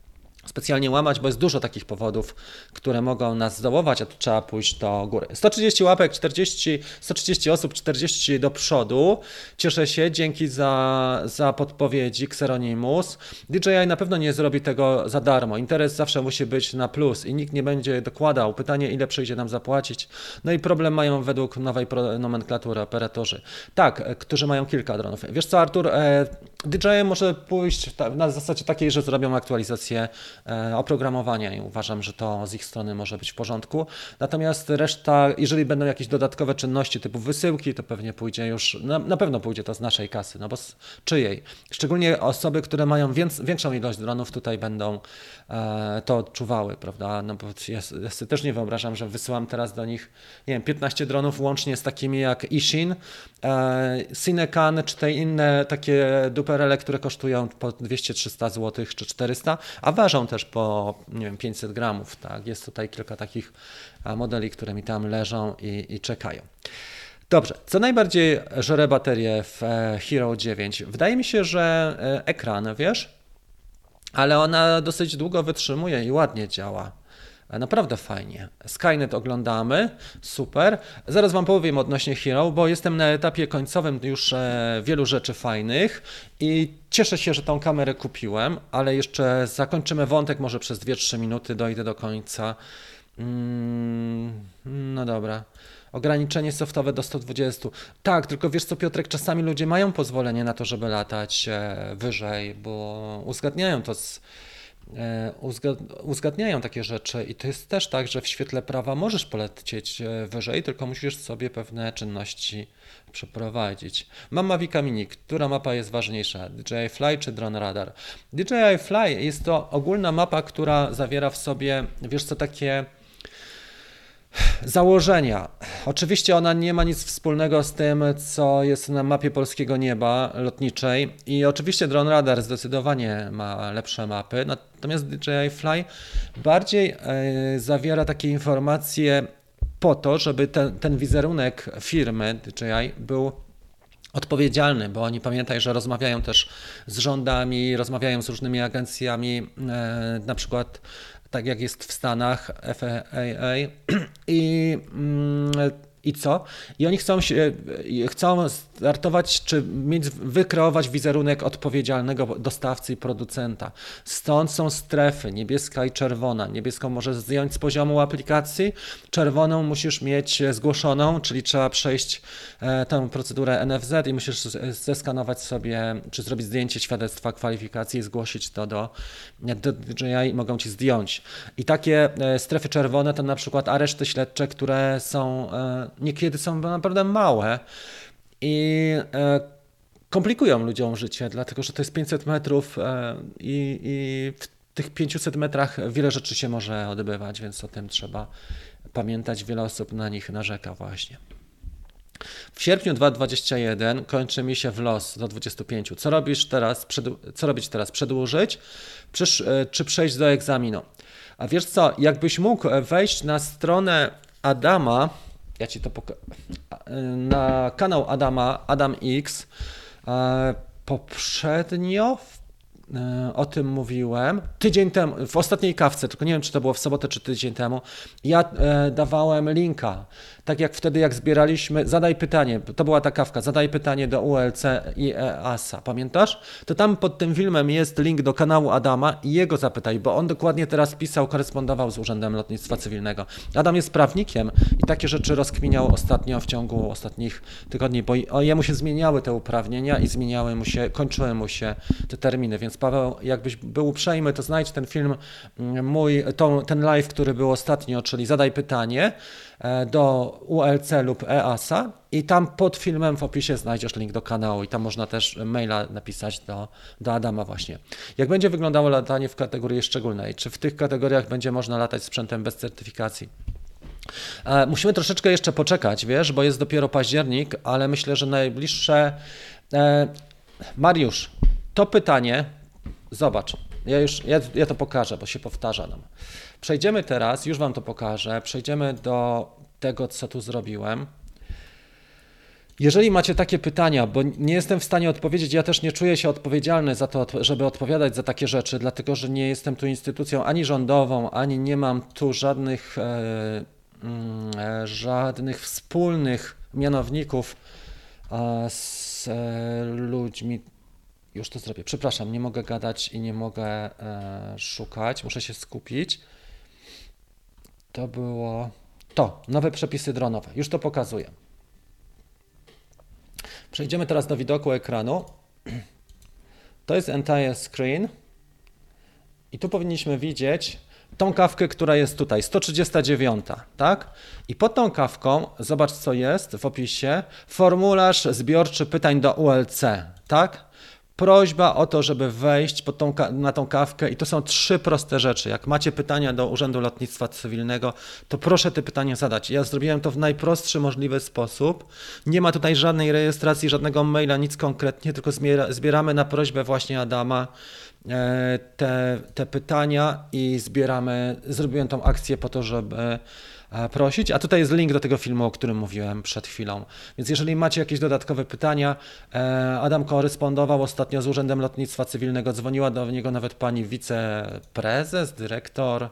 specjalnie łamać, bo jest dużo takich powodów, które mogą nas zdołować, a tu trzeba pójść do góry. 130 łapek, 130 osób, 40 do przodu. Cieszę się, dzięki za podpowiedzi, Xeronimus. DJI na pewno nie zrobi tego za darmo. Interes zawsze musi być na plus i nikt nie będzie dokładał. Pytanie, ile przyjdzie nam zapłacić. No i problem mają według nowej nomenklatury operatorzy. Tak, którzy mają kilka dronów. Wiesz co, Artur, DJI może pójść na zasadzie takiej, że zrobią aktualizację oprogramowania i uważam, że to z ich strony może być w porządku. Natomiast reszta, jeżeli będą jakieś dodatkowe czynności typu wysyłki, to pewnie pójdzie już, na pewno pójdzie to z naszej kasy, no bo z czyjej? Szczególnie osoby, które mają większą ilość dronów tutaj będą to odczuwały, prawda? No bo ja sobie też nie wyobrażam, że wysyłam teraz do nich, nie wiem, 15 dronów łącznie z takimi jak Ishin, Cinecan czy te inne takie duperele, które kosztują po 200-300 zł czy 400, a ważą też po, nie wiem, 500 gramów, tak? Jest tutaj kilka takich modeli, które mi tam leżą i czekają. Dobrze, co najbardziej żre baterię w Hero 9? Wydaje mi się, że ekran, wiesz, ale ona dosyć długo wytrzymuje i ładnie działa. Naprawdę fajnie. Skynet oglądamy, super. Zaraz Wam powiem odnośnie Hero, bo jestem na etapie końcowym już wielu rzeczy fajnych i cieszę się, że tą kamerę kupiłem, ale jeszcze zakończymy wątek, może przez 2-3 minuty dojdę do końca. No dobra. Ograniczenie softowe do 120. Tak, tylko wiesz co, Piotrek, czasami ludzie mają pozwolenie na to, żeby latać wyżej, bo uzgadniają to uzgadniają takie rzeczy i to jest też tak, że w świetle prawa możesz polecieć wyżej, tylko musisz sobie pewne czynności przeprowadzić. Mam Mavica Mini. Która mapa jest ważniejsza? DJI Fly czy Drone Radar? DJI Fly jest to ogólna mapa, która zawiera w sobie, wiesz co, takie założenia. Oczywiście ona nie ma nic wspólnego z tym, co jest na mapie polskiego nieba lotniczej i oczywiście Drone Radar zdecydowanie ma lepsze mapy, natomiast DJI Fly bardziej zawiera takie informacje po to, żeby ten wizerunek firmy DJI był odpowiedzialny, bo oni, pamiętaj, że rozmawiają też z rządami, rozmawiają z różnymi agencjami, na przykład tak jak jest w Stanach, FAA i co? I oni chcą startować, czy wykreować wizerunek odpowiedzialnego dostawcy i producenta. Stąd są strefy, niebieska i czerwona. Niebieską możesz zdjąć z poziomu aplikacji, czerwoną musisz mieć zgłoszoną, czyli trzeba przejść tę procedurę NFZ i musisz zeskanować sobie, czy zrobić zdjęcie świadectwa kwalifikacji i zgłosić to do DJI i mogą ci zdjąć. I takie strefy czerwone to na przykład areszty śledcze, które są niekiedy są naprawdę małe i komplikują ludziom życie, dlatego że to jest 500 metrów i w tych 500 metrach wiele rzeczy się może odbywać, więc o tym trzeba pamiętać. Wiele osób na nich narzeka właśnie. W sierpniu 2021 kończy mi się wlos do 25. Co robić teraz? Przedłużyć czy przejść do egzaminu? A wiesz co, jakbyś mógł wejść na stronę Adama, ja ci to pokażę, na kanał Adama, Adam X, poprzednio o tym mówiłem, tydzień temu, w ostatniej kawce, tylko nie wiem, czy to było w sobotę, czy tydzień temu, ja dawałem linka, tak jak wtedy, jak zbieraliśmy, zadaj pytanie, to była ta kawka, zadaj pytanie do ULC i EASA, pamiętasz? To tam pod tym filmem jest link do kanału Adama i jego zapytaj, bo on dokładnie teraz pisał, korespondował z Urzędem Lotnictwa Cywilnego. Adam jest prawnikiem i takie rzeczy rozkminiał ostatnio w ciągu ostatnich tygodni, bo jemu się zmieniały te uprawnienia i kończyły mu się te terminy, więc Paweł, jakbyś był uprzejmy, to znajdź ten film ten live, który był ostatnio, czyli zadaj pytanie do ULC lub EASA i tam pod filmem w opisie znajdziesz link do kanału i tam można też maila napisać do Adama właśnie. Jak będzie wyglądało latanie w kategorii szczególnej? Czy w tych kategoriach będzie można latać sprzętem bez certyfikacji? Musimy troszeczkę jeszcze poczekać, wiesz, bo jest dopiero październik, ale myślę, że najbliższe... Mariusz, to pytanie, zobacz, ja to pokażę, bo się powtarza nam. Przejdziemy teraz, już Wam to pokażę, przejdziemy do tego, co tu zrobiłem. Jeżeli macie takie pytania, bo nie jestem w stanie odpowiedzieć, ja też nie czuję się odpowiedzialny za to, żeby odpowiadać za takie rzeczy, dlatego że nie jestem tu instytucją ani rządową, ani nie mam tu żadnych wspólnych mianowników z ludźmi. Już to zrobię. Przepraszam, nie mogę gadać i nie mogę szukać, muszę się skupić. To było nowe przepisy dronowe. Już to pokazuję. Przejdziemy teraz do widoku ekranu. To jest entire screen i tu powinniśmy widzieć tą kawkę, która jest tutaj, 139, tak? I pod tą kawką, zobacz co jest w opisie, formularz zbiorczy pytań do ULC, tak? Prośba o to, żeby wejść na tą kawkę i to są 3 proste rzeczy. Jak macie pytania do Urzędu Lotnictwa Cywilnego, to proszę te pytania zadać. Ja zrobiłem to w najprostszy możliwy sposób. Nie ma tutaj żadnej rejestracji, żadnego maila, nic konkretnie, tylko zbieramy na prośbę właśnie Adama te pytania i zrobiłem tą akcję po to, żeby prosić, a tutaj jest link do tego filmu, o którym mówiłem przed chwilą. Więc jeżeli macie jakieś dodatkowe pytania, Adam korespondował ostatnio z Urzędem Lotnictwa Cywilnego, dzwoniła do niego nawet pani wiceprezes, dyrektor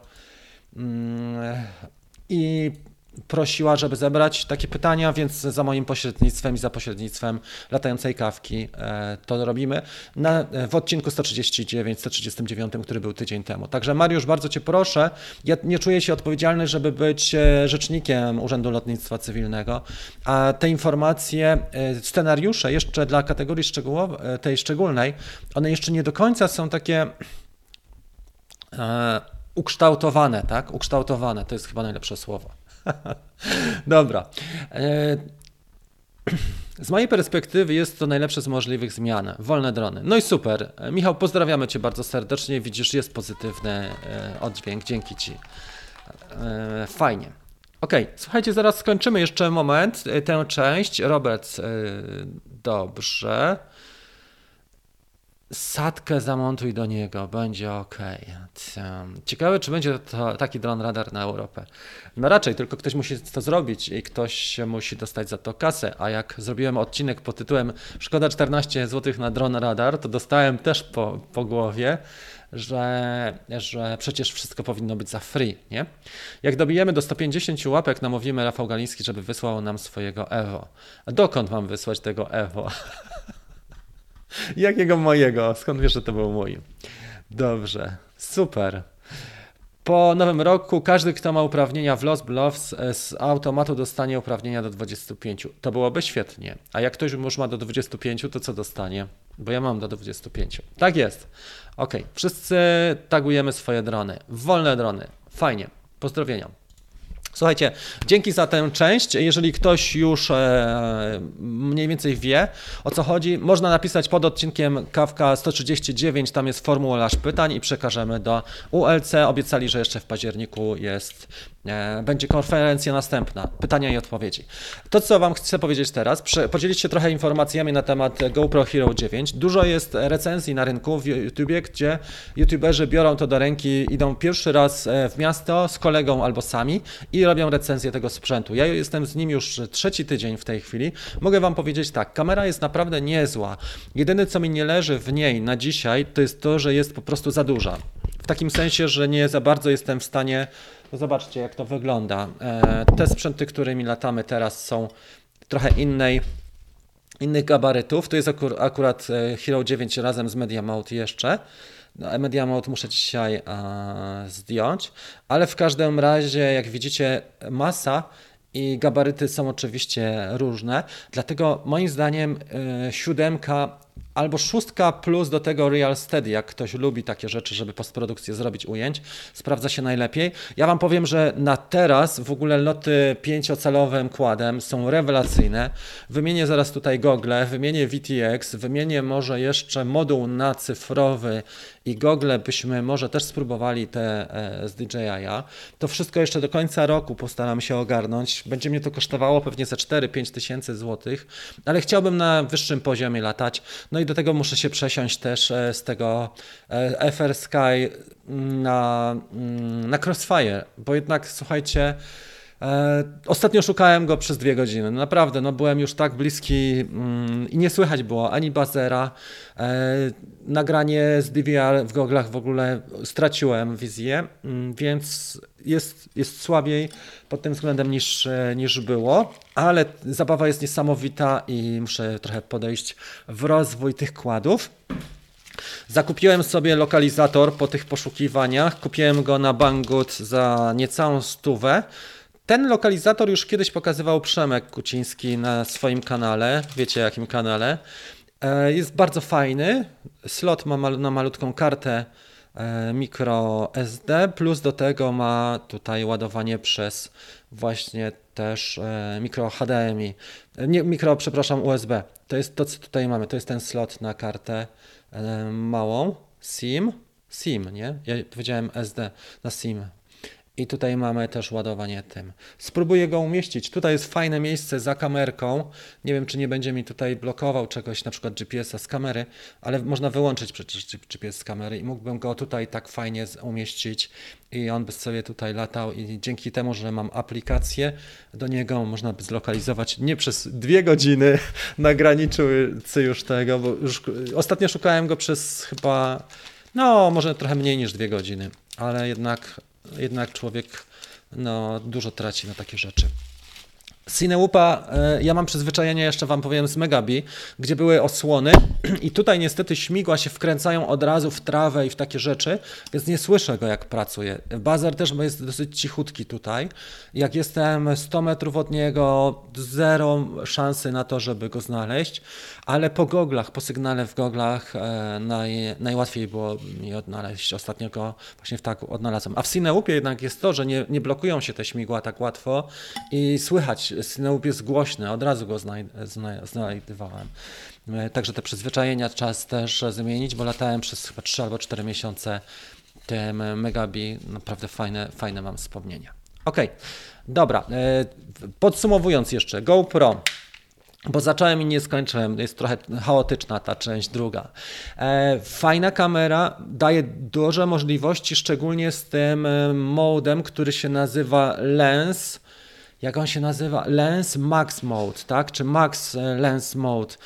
i prosiła, żeby zebrać takie pytania, więc za moim pośrednictwem i za pośrednictwem latającej kawki to robimy w odcinku 139, który był tydzień temu. Także Mariusz, bardzo Cię proszę, ja nie czuję się odpowiedzialny, żeby być rzecznikiem Urzędu Lotnictwa Cywilnego, a te informacje, scenariusze jeszcze dla kategorii tej szczególnej, one jeszcze nie do końca są takie ukształtowane, tak? Ukształtowane, to jest chyba najlepsze słowo. Dobra. Z mojej perspektywy jest to najlepsze z możliwych zmian. Wolne drony. No i super. Michał, pozdrawiamy Cię bardzo serdecznie. Widzisz, jest pozytywny oddźwięk. Dzięki Ci. Fajnie. Okej, słuchajcie, zaraz skończymy jeszcze moment tę część. Robert, dobrze. Sadkę zamontuj do niego, będzie ok. Ciekawe, czy będzie to taki dron radar na Europę. No raczej, tylko ktoś musi to zrobić i ktoś musi dostać za to kasę. A jak zrobiłem odcinek pod tytułem Szkoda 14 zł na dron radar, to dostałem też po głowie, że przecież wszystko powinno być za free, nie? Jak dobijemy do 150 łapek, namówimy Rafał Galiński, żeby wysłał nam swojego Evo. A dokąd mam wysłać tego Evo? Jakiego mojego? Skąd wiesz, że to był mój? Dobrze, super. Po nowym roku każdy, kto ma uprawnienia w Los Bluffs z automatu dostanie uprawnienia do 25. To byłoby świetnie. A jak ktoś już ma do 25, to co dostanie? Bo ja mam do 25. Tak jest. Ok, wszyscy tagujemy swoje drony. Wolne drony. Fajnie. Pozdrowienia. Słuchajcie, dzięki za tę część. Jeżeli ktoś już mniej więcej wie, o co chodzi, można napisać pod odcinkiem Kawka 139, tam jest formularz pytań i przekażemy do ULC. Obiecali, że jeszcze w październiku będzie konferencja następna, pytania i odpowiedzi. To, co Wam chcę powiedzieć teraz, podzielić się trochę informacjami na temat GoPro Hero 9. Dużo jest recenzji na rynku w YouTubie, gdzie YouTuberzy biorą to do ręki, idą pierwszy raz w miasto z kolegą albo sami i robią recenzję tego sprzętu. Ja jestem z nim już 3. tydzień w tej chwili. Mogę Wam powiedzieć tak, kamera jest naprawdę niezła. Jedyne, co mi nie leży w niej na dzisiaj, to jest to, że jest po prostu za duża. W takim sensie, że nie za bardzo jestem w stanie. Zobaczcie, jak to wygląda. Te sprzęty, którymi latamy teraz, są trochę innych gabarytów. To jest akurat Hero 9 razem z Media Mode jeszcze. Media Mode muszę dzisiaj zdjąć, ale w każdym razie, jak widzicie, masa i gabaryty są oczywiście różne, dlatego moim zdaniem 7 albo 6 plus do tego Real Steady, jak ktoś lubi takie rzeczy, żeby postprodukcję zrobić ujęć, sprawdza się najlepiej. Ja Wam powiem, że na teraz w ogóle loty 5-calowym quadem są rewelacyjne. Wymienię zaraz tutaj gogle, wymienię VTX, wymienię może jeszcze moduł na cyfrowy i gogle byśmy może też spróbowali te z DJI-a. To wszystko jeszcze do końca roku postaram się ogarnąć. Będzie mnie to kosztowało pewnie ze 4-5 tysięcy złotych, ale chciałbym na wyższym poziomie latać. No i do tego muszę się przesiąść też z tego FR Sky na Crossfire, bo jednak słuchajcie, Ostatnio szukałem go przez 2 godziny. Naprawdę, no byłem już tak bliski i nie słychać było ani buzzera. Nagranie z DVR w goglach w ogóle straciłem wizję, więc jest słabiej pod tym względem niż było, ale zabawa jest niesamowita i muszę trochę podejść w rozwój tych kładów. Zakupiłem sobie lokalizator po tych poszukiwaniach. Kupiłem go na Banggood za niecałą 100. Ten lokalizator już kiedyś pokazywał Przemek Kuciński na swoim kanale. Wiecie jakim kanale. Jest bardzo fajny. Slot ma na malutką kartę micro SD, plus do tego ma tutaj ładowanie przez właśnie też micro HDMI. Nie, przepraszam, USB. To jest to, co tutaj mamy. To jest ten slot na kartę małą, SIM, nie? Ja powiedziałem SD na SIM. I tutaj mamy też ładowanie tym. Spróbuję go umieścić. Tutaj jest fajne miejsce za kamerką. Nie wiem, czy nie będzie mi tutaj blokował czegoś, na przykład GPS-a z kamery, ale można wyłączyć przecież GPS z kamery i mógłbym go tutaj tak fajnie umieścić i on by sobie tutaj latał i dzięki temu, że mam aplikację do niego, można by zlokalizować nie przez 2 godziny na granicy już tego, bo już ostatnio szukałem go przez chyba, no może trochę mniej niż 2 godziny, ale jednak człowiek dużo traci na takie rzeczy. Cinewhoopa ja mam przyzwyczajenie, jeszcze wam powiem, z Megabi, gdzie były osłony i tutaj niestety śmigła się wkręcają od razu w trawę i w takie rzeczy, więc nie słyszę go jak pracuje. Buzzer też jest dosyć cichutki tutaj. Jak jestem 100 metrów od niego, zero szansy na to, żeby go znaleźć, ale po sygnale w goglach najłatwiej było mi odnaleźć. Ostatnio go właśnie tak odnalazłem. A w Cinewhoopie jednak jest to, że nie blokują się te śmigła tak łatwo i słychać. Cinewhoop jest głośny, od razu go znajdowałem. Także te przyzwyczajenia czas też zmienić, bo latałem przez chyba 3 albo 4 miesiące tym Megabi. Naprawdę fajne mam wspomnienia. Okej, dobra. Podsumowując jeszcze, GoPro. Bo zacząłem i nie skończyłem, jest trochę chaotyczna ta część druga. Fajna kamera, daje duże możliwości, szczególnie z tym modem, który się nazywa Lens. Jak on się nazywa? Lens Max Mode, tak? Czy Max Lens Mode.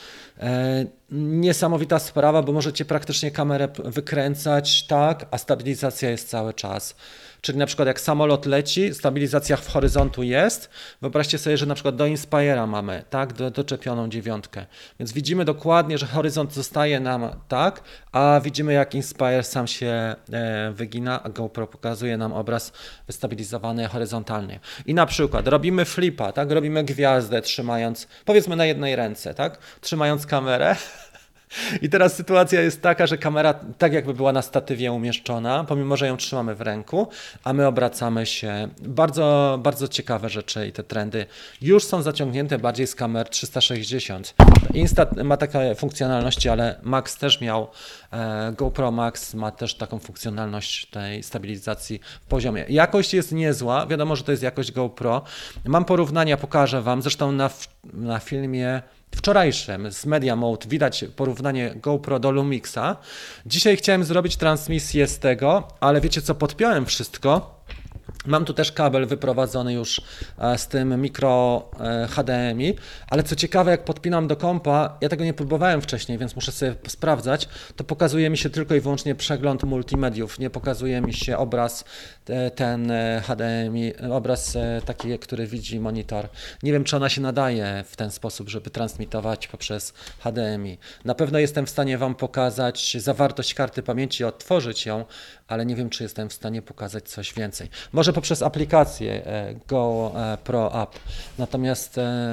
Niesamowita sprawa, bo możecie praktycznie kamerę wykręcać, tak, a stabilizacja jest cały czas. Czyli na przykład jak samolot leci, stabilizacja w horyzontu jest. Wyobraźcie sobie, że na przykład do Inspire'a mamy, tak, doczepioną 9. Więc widzimy dokładnie, że horyzont zostaje nam tak, a widzimy jak Inspire sam się wygina, a GoPro pokazuje nam obraz wystabilizowany horyzontalnie. I na przykład robimy flipa, tak, robimy gwiazdę trzymając, powiedzmy na jednej ręce, tak, trzymając kamerę. I teraz sytuacja jest taka, że kamera tak jakby była na statywie umieszczona, pomimo że ją trzymamy w ręku, a my obracamy się. Bardzo, bardzo ciekawe rzeczy i te trendy już są zaciągnięte bardziej z kamer 360. Insta ma takie funkcjonalności, ale Max też miał, GoPro Max ma też taką funkcjonalność tej stabilizacji w poziomie. Jakość jest niezła, wiadomo, że to jest jakość GoPro. Mam porównania, pokażę wam, zresztą na filmie wczorajszym z Media Mode widać porównanie GoPro do Lumixa. Dzisiaj chciałem zrobić transmisję z tego, ale wiecie co, podpiąłem wszystko. Mam tu też kabel wyprowadzony już z tym mikro HDMI, ale co ciekawe, jak podpinam do kompa, ja tego nie próbowałem wcześniej, więc muszę sobie sprawdzać, to pokazuje mi się tylko i wyłącznie przegląd multimediów, nie pokazuje mi się obraz ten HDMI, obraz taki, który widzi monitor. Nie wiem, czy ona się nadaje w ten sposób, żeby transmitować poprzez HDMI. Na pewno jestem w stanie wam pokazać zawartość karty pamięci, odtworzyć ją, ale nie wiem, czy jestem w stanie pokazać coś więcej. Może poprzez aplikację GoPro App. Natomiast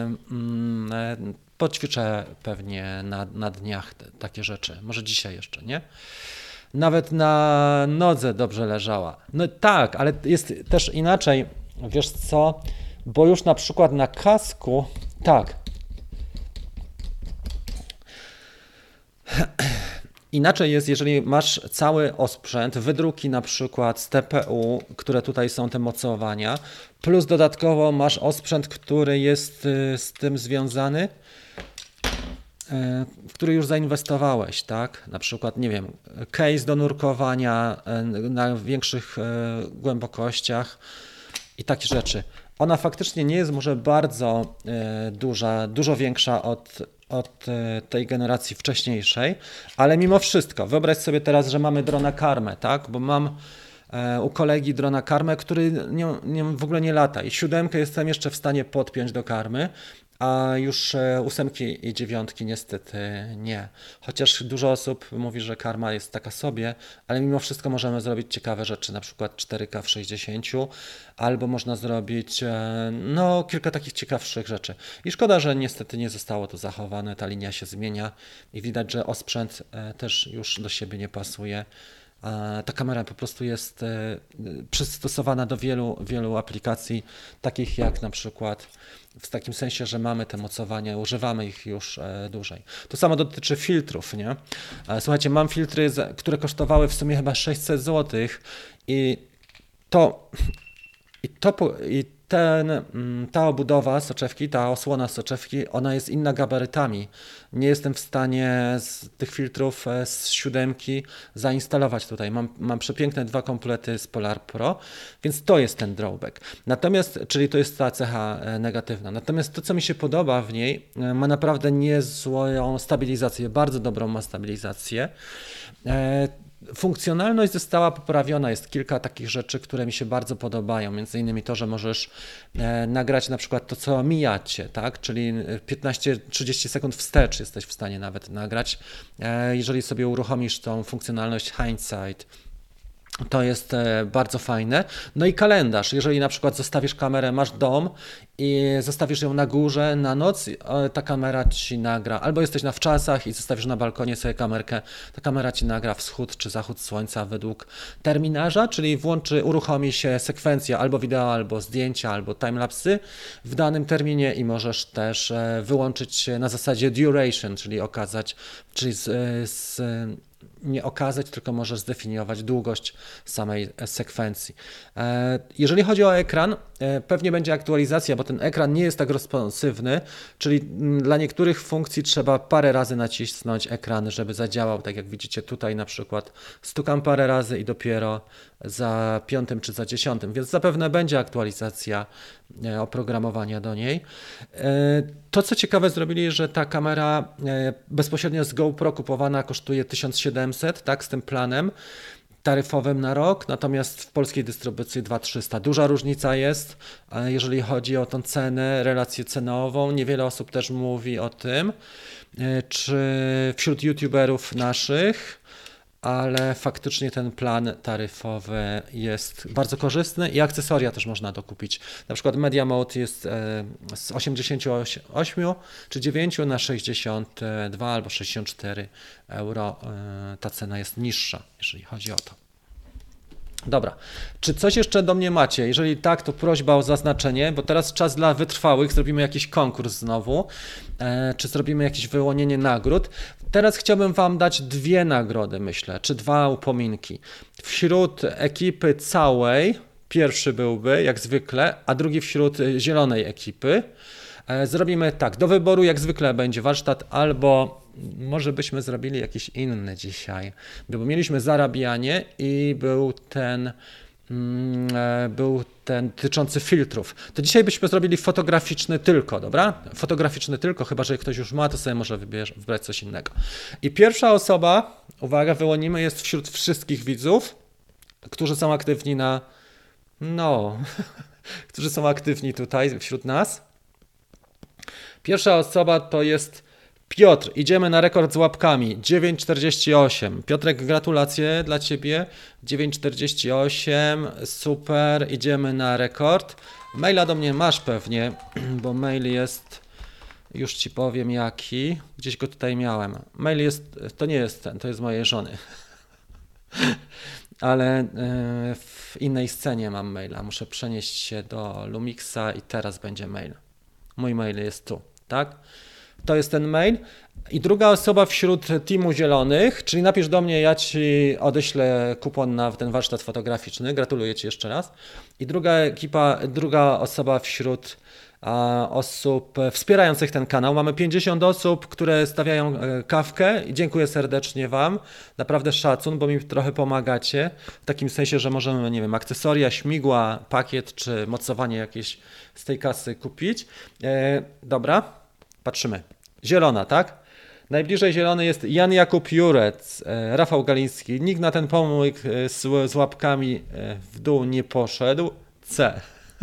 poćwiczę pewnie na dniach takie rzeczy. Może dzisiaj jeszcze, nie? Nawet na nodze dobrze leżała. No tak, ale jest też inaczej. Wiesz co? Bo już na przykład na kasku, tak. Inaczej jest, jeżeli masz cały osprzęt, wydruki na przykład z TPU, które tutaj są te mocowania, plus dodatkowo masz osprzęt, który jest z tym związany, w który już zainwestowałeś, tak? Na przykład, nie wiem, case do nurkowania na większych głębokościach i takie rzeczy. Ona faktycznie nie jest może bardzo duża, dużo większa od tej generacji wcześniejszej, ale mimo wszystko, wyobraź sobie teraz, że mamy drona Karmę, tak? Bo mam u kolegi drona Karmę, który w ogóle nie lata i 7 jestem jeszcze w stanie podpiąć do Karmy, a już 8 i 9 niestety nie. Chociaż dużo osób mówi, że Karma jest taka sobie, ale mimo wszystko możemy zrobić ciekawe rzeczy, na przykład 4K w 60, albo można zrobić no, kilka takich ciekawszych rzeczy. I szkoda, że niestety nie zostało to zachowane, ta linia się zmienia i widać, że osprzęt też już do siebie nie pasuje. Ta kamera po prostu jest przystosowana do wielu aplikacji, takich jak na przykład w takim sensie, że mamy te mocowania, używamy ich już dłużej. To samo dotyczy filtrów, nie? Słuchajcie, mam filtry, które kosztowały w sumie chyba 600 zł i ta obudowa soczewki, ta osłona soczewki, ona jest inna gabarytami. Nie jestem w stanie z tych filtrów z 7 zainstalować tutaj. Mam przepiękne 2 komplety z Polar Pro, więc to jest ten drawback. Natomiast, czyli to jest ta cecha negatywna. Natomiast to, co mi się podoba w niej, ma naprawdę niezłą stabilizację, bardzo dobrą ma stabilizację. Funkcjonalność została poprawiona, jest kilka takich rzeczy, które mi się bardzo podobają, między innymi to, że możesz nagrać na przykład to, co mijacie, tak? Czyli 15-30 sekund wstecz jesteś w stanie nawet nagrać, jeżeli sobie uruchomisz tą funkcjonalność hindsight. To jest bardzo fajne. No i kalendarz. Jeżeli na przykład zostawisz kamerę, masz dom i zostawisz ją na górze na noc, ta kamera ci nagra. Albo jesteś na wczasach i zostawisz na balkonie sobie kamerkę, ta kamera ci nagra wschód czy zachód słońca według terminarza, czyli uruchomi się sekwencja albo wideo, albo zdjęcia, albo timelapsy w danym terminie i możesz też wyłączyć na zasadzie duration, czyli nie okazać, tylko możesz zdefiniować długość samej sekwencji. Jeżeli chodzi o ekran, pewnie będzie aktualizacja, bo ten ekran nie jest tak responsywny, czyli dla niektórych funkcji trzeba parę razy nacisnąć ekran, żeby zadziałał, tak jak widzicie tutaj na przykład stukam parę razy i dopiero za 5 czy za 10, więc zapewne będzie aktualizacja oprogramowania do niej. To, co ciekawe zrobili, że ta kamera bezpośrednio z GoPro kupowana kosztuje 1700, tak, z tym planem taryfowym na rok, natomiast w polskiej dystrybucji 2300. Duża różnica jest, jeżeli chodzi o tą cenę, relację cenową. Niewiele osób też mówi o tym, czy wśród youtuberów naszych, ale faktycznie ten plan taryfowy jest bardzo korzystny i akcesoria też można dokupić. Na przykład Media Mode jest z 88 czy 9 na 62 albo 64 euro. Ta cena jest niższa, jeżeli chodzi o to. Dobra, czy coś jeszcze do mnie macie? Jeżeli tak, to prośba o zaznaczenie, bo teraz czas dla wytrwałych, zrobimy jakiś konkurs znowu, czy zrobimy jakieś wyłonienie nagród. Teraz chciałbym Wam dać 2 nagrody, myślę, czy 2 upominki. Wśród ekipy całej, pierwszy byłby jak zwykle, a drugi wśród zielonej ekipy. Zrobimy tak, do wyboru jak zwykle będzie warsztat albo może byśmy zrobili jakiś inny dzisiaj, bo mieliśmy zarabianie i był ten dotyczący filtrów. To dzisiaj byśmy zrobili fotograficzny tylko, dobra? Fotograficzny tylko, chyba że ktoś już ma, to sobie może wybrać coś innego. I pierwsza osoba, uwaga, wyłonimy, jest wśród wszystkich widzów, którzy są aktywni którzy są aktywni tutaj wśród nas. Pierwsza osoba to jest Piotr, idziemy na rekord z łapkami, 9,48. Piotrek, gratulacje dla Ciebie, 9,48, super, idziemy na rekord. Maila do mnie masz pewnie, bo mail jest, już Ci powiem jaki, gdzieś go tutaj miałem. Mail jest, to nie jest ten, to jest mojej żony, ale w innej scenie mam maila, muszę przenieść się do Lumixa i teraz będzie mail. Mój mail jest tu, tak? To jest ten mail. I druga osoba wśród teamu zielonych, czyli napisz do mnie, ja Ci odeślę kupon na ten warsztat fotograficzny. Gratuluję Ci jeszcze raz. I druga osoba wśród osób wspierających ten kanał. Mamy 50 osób, które stawiają kawkę i dziękuję serdecznie Wam. Naprawdę szacun, bo mi trochę pomagacie. W takim sensie, że możemy, nie wiem, akcesoria, śmigła, pakiet czy mocowanie jakieś z tej kasy kupić. Dobra, patrzymy. Zielona, tak? Najbliżej zielony jest Jan Jakub Jurec, Rafał Galiński. Nikt na ten pomyłek z łapkami w dół nie poszedł. C.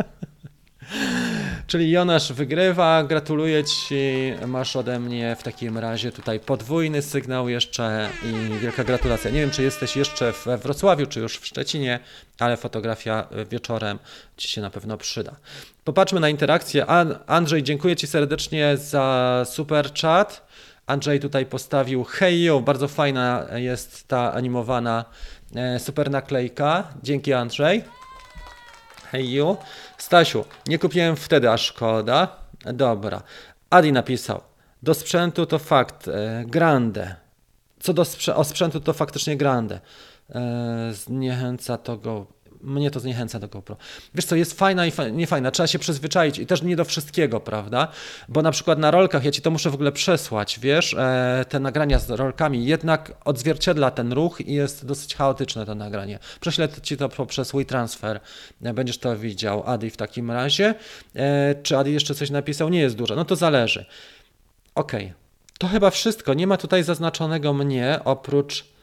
Czyli Jonasz wygrywa, gratuluję Ci, masz ode mnie w takim razie tutaj podwójny sygnał jeszcze i wielka gratulacja. Nie wiem, czy jesteś jeszcze we Wrocławiu, czy już w Szczecinie, ale fotografia wieczorem Ci się na pewno przyda. Popatrzmy na interakcję. Andrzej, dziękuję Ci serdecznie za super chat. Andrzej tutaj postawił hey you, bardzo fajna jest ta animowana super naklejka. Dzięki Andrzej. Hey you. Stasiu, nie kupiłem wtedy, a szkoda. Dobra. Adi napisał, do sprzętu to fakt, grande. Co do sprzętu to faktycznie grande. Zniechęca to go... Mnie to zniechęca do GoPro. Wiesz co, jest fajna i niefajna, trzeba się przyzwyczaić i też nie do wszystkiego, prawda? Bo na przykład na rolkach, ja Ci to muszę w ogóle przesłać, wiesz, te nagrania z rolkami jednak odzwierciedla ten ruch i jest dosyć chaotyczne to nagranie. Prześlę Ci to poprzez WeTransfer, będziesz to widział. Adi w takim razie. Czy Adi jeszcze coś napisał? Nie jest dużo, no to zależy. Okej. To chyba wszystko, nie ma tutaj zaznaczonego mnie, oprócz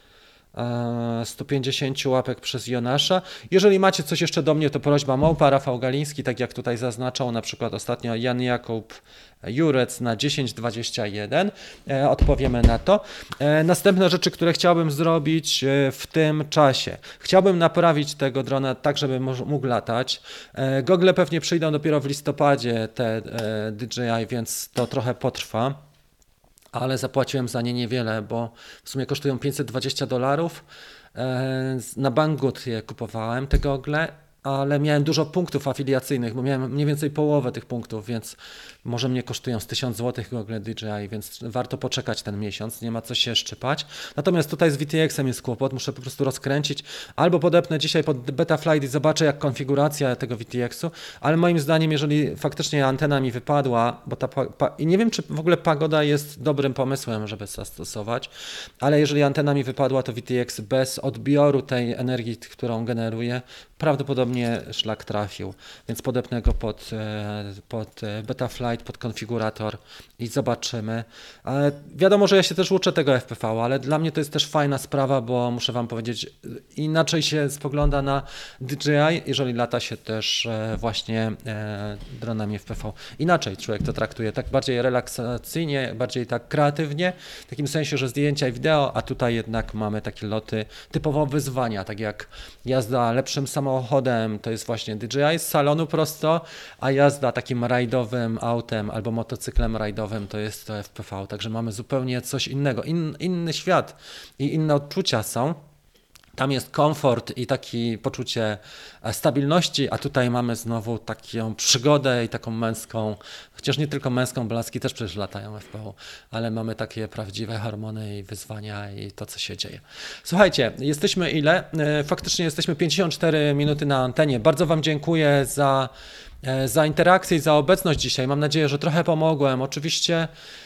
150 łapek przez Jonasza. Jeżeli macie coś jeszcze do mnie, to prośba małpa Rafał Galiński, tak jak tutaj zaznaczał na przykład ostatnio Jan Jakub Jurec na 1021. Odpowiemy na to. Następne rzeczy, które chciałbym zrobić w tym czasie. Chciałbym naprawić tego drona tak, żeby mógł latać. Gogle pewnie przyjdą dopiero w listopadzie, te DJI, więc to trochę potrwa. Ale zapłaciłem za nie niewiele, bo w sumie kosztują $520. Na Banggood je kupowałem, te gogle, ale miałem dużo punktów afiliacyjnych, bo miałem mniej więcej połowę tych punktów, więc może mnie kosztują z 1000 zł gogle DJI, więc warto poczekać ten miesiąc, nie ma co się szczypać. Natomiast tutaj z VTX-em jest kłopot, muszę po prostu rozkręcić, albo podepnę dzisiaj pod Betaflight i zobaczę jak konfiguracja tego VTX-u, ale moim zdaniem, jeżeli faktycznie antena mi wypadła, bo i nie wiem, czy w ogóle pagoda jest dobrym pomysłem, żeby zastosować, ale jeżeli antena mi wypadła, to VTX bez odbioru tej energii, którą generuje, prawdopodobnie szlak trafił, więc podepnę go pod Betaflight, pod konfigurator i zobaczymy. Ale wiadomo, że ja się też uczę tego FPV, ale dla mnie to jest też fajna sprawa, bo muszę Wam powiedzieć, inaczej się spogląda na DJI, jeżeli lata się też właśnie dronami FPV. Inaczej człowiek to traktuje, tak bardziej relaksacyjnie, bardziej tak kreatywnie, w takim sensie, że zdjęcia i wideo, a tutaj jednak mamy takie loty typowo wyzwania, tak jak jazda lepszym samochodem, to jest właśnie DJI z salonu prosto, a jazda takim rajdowym autem albo motocyklem rajdowym to jest to FPV, także mamy zupełnie coś innego, inny świat i inne odczucia są. Tam jest komfort i takie poczucie stabilności, a tutaj mamy znowu taką przygodę i taką męską, chociaż nie tylko męską, blaski też przecież latają FPV, ale mamy takie prawdziwe hormony i wyzwania i to, co się dzieje. Słuchajcie, jesteśmy ile? Faktycznie jesteśmy 54 minuty na antenie. Bardzo Wam dziękuję za interakcję i za obecność dzisiaj. Mam nadzieję, że trochę pomogłem. Oczywiście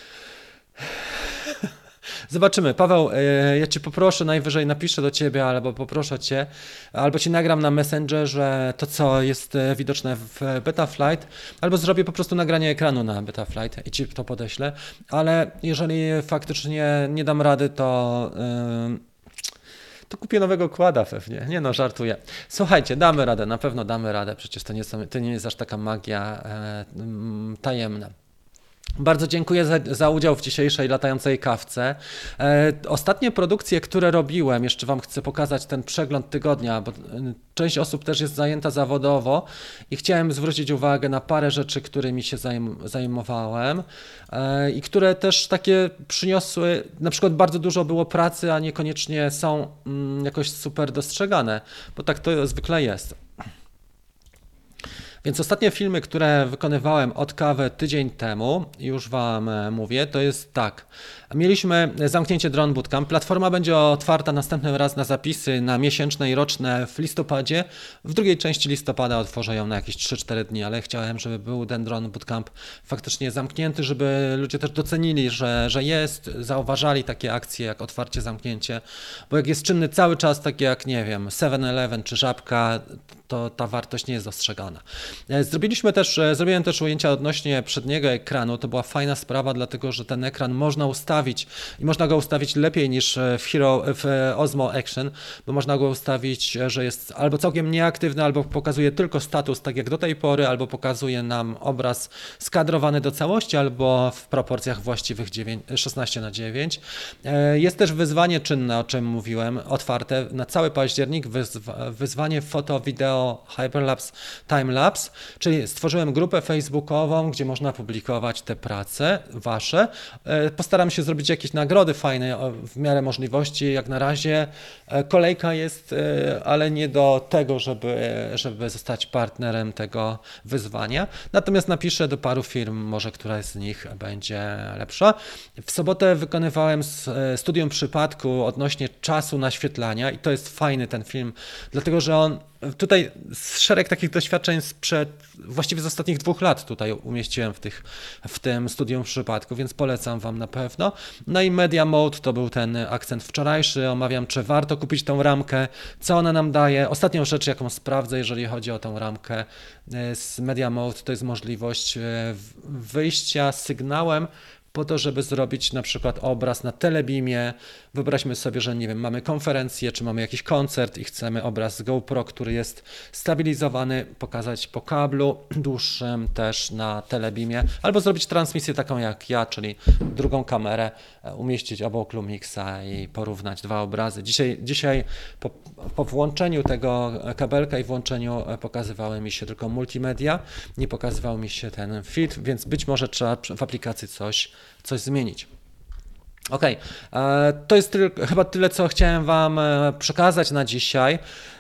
zobaczymy. Paweł, ja Cię poproszę, najwyżej napiszę do Ciebie, albo poproszę Cię, albo Ci nagram na Messengerze to, co jest widoczne w Betaflight, albo zrobię po prostu nagranie ekranu na Betaflight i Ci to podeślę, ale jeżeli faktycznie nie dam rady, to kupię nowego kłada pewnie. Nie no, żartuję. Słuchajcie, damy radę, na pewno damy radę, przecież to nie jest aż taka magia tajemna. Bardzo dziękuję za udział w dzisiejszej latającej kawce. Ostatnie produkcje, które robiłem, jeszcze Wam chcę pokazać ten przegląd tygodnia, bo część osób też jest zajęta zawodowo i chciałem zwrócić uwagę na parę rzeczy, którymi się zajmowałem i które też takie przyniosły, na przykład bardzo dużo było pracy, a niekoniecznie są jakoś super dostrzegane, bo tak to zwykle jest. Więc ostatnie filmy, które wykonywałem od kawy tydzień temu, już Wam mówię, to jest tak. Mieliśmy zamknięcie Drone Bootcamp. Platforma będzie otwarta następnym raz na zapisy na miesięczne i roczne w listopadzie. W drugiej części listopada otworzę ją na jakieś 3-4 dni, ale chciałem, żeby był ten Drone Bootcamp faktycznie zamknięty, żeby ludzie też docenili, że jest, zauważali takie akcje jak otwarcie, zamknięcie, bo jak jest czynny cały czas, tak jak, nie wiem, 7-Eleven czy Żabka, to ta wartość nie jest dostrzegana. Zrobiłem też ujęcia odnośnie przedniego ekranu. To była fajna sprawa, dlatego że ten ekran można ustawić i można go ustawić lepiej niż w Osmo Action, bo można go ustawić, że jest albo całkiem nieaktywny, albo pokazuje tylko status, tak jak do tej pory, albo pokazuje nam obraz skadrowany do całości, albo w proporcjach właściwych 16:9. Jest też wyzwanie czynne, o czym mówiłem, otwarte na cały październik, wyzwanie foto, wideo, hyperlapse, timelapse, czyli stworzyłem grupę facebookową, gdzie można publikować te prace wasze. Postaram się zrobić jakieś nagrody fajne w miarę możliwości. Jak na razie kolejka jest, ale nie do tego, żeby zostać partnerem tego wyzwania. Natomiast napiszę do paru firm, może któraś z nich będzie lepsza. W sobotę wykonywałem studium przypadku odnośnie czasu naświetlania i to jest fajny ten film, dlatego że on tutaj szereg takich doświadczeń właściwie z ostatnich 2 lat tutaj umieściłem w tym studium przypadku, więc polecam Wam na pewno. No i Media Mode to był ten akcent wczorajszy. Omawiam, czy warto kupić tą ramkę, co ona nam daje. Ostatnią rzecz, jaką sprawdzę, jeżeli chodzi o tą ramkę z Media Mode, to jest możliwość wyjścia z sygnałem po to, żeby zrobić na przykład obraz na Telebimie. Wyobraźmy sobie, że nie wiem, mamy konferencję, czy mamy jakiś koncert i chcemy obraz z GoPro, który jest stabilizowany, pokazać po kablu dłuższym też na Telebimie, albo zrobić transmisję taką jak ja, czyli drugą kamerę umieścić obok Lumixa i porównać 2 obrazy. Dzisiaj po włączeniu tego kabelka i włączeniu pokazywały mi się tylko multimedia, nie pokazywał mi się ten feed, więc być może trzeba w aplikacji coś zmienić. Ok, to jest chyba tyle, co chciałem Wam przekazać na dzisiaj.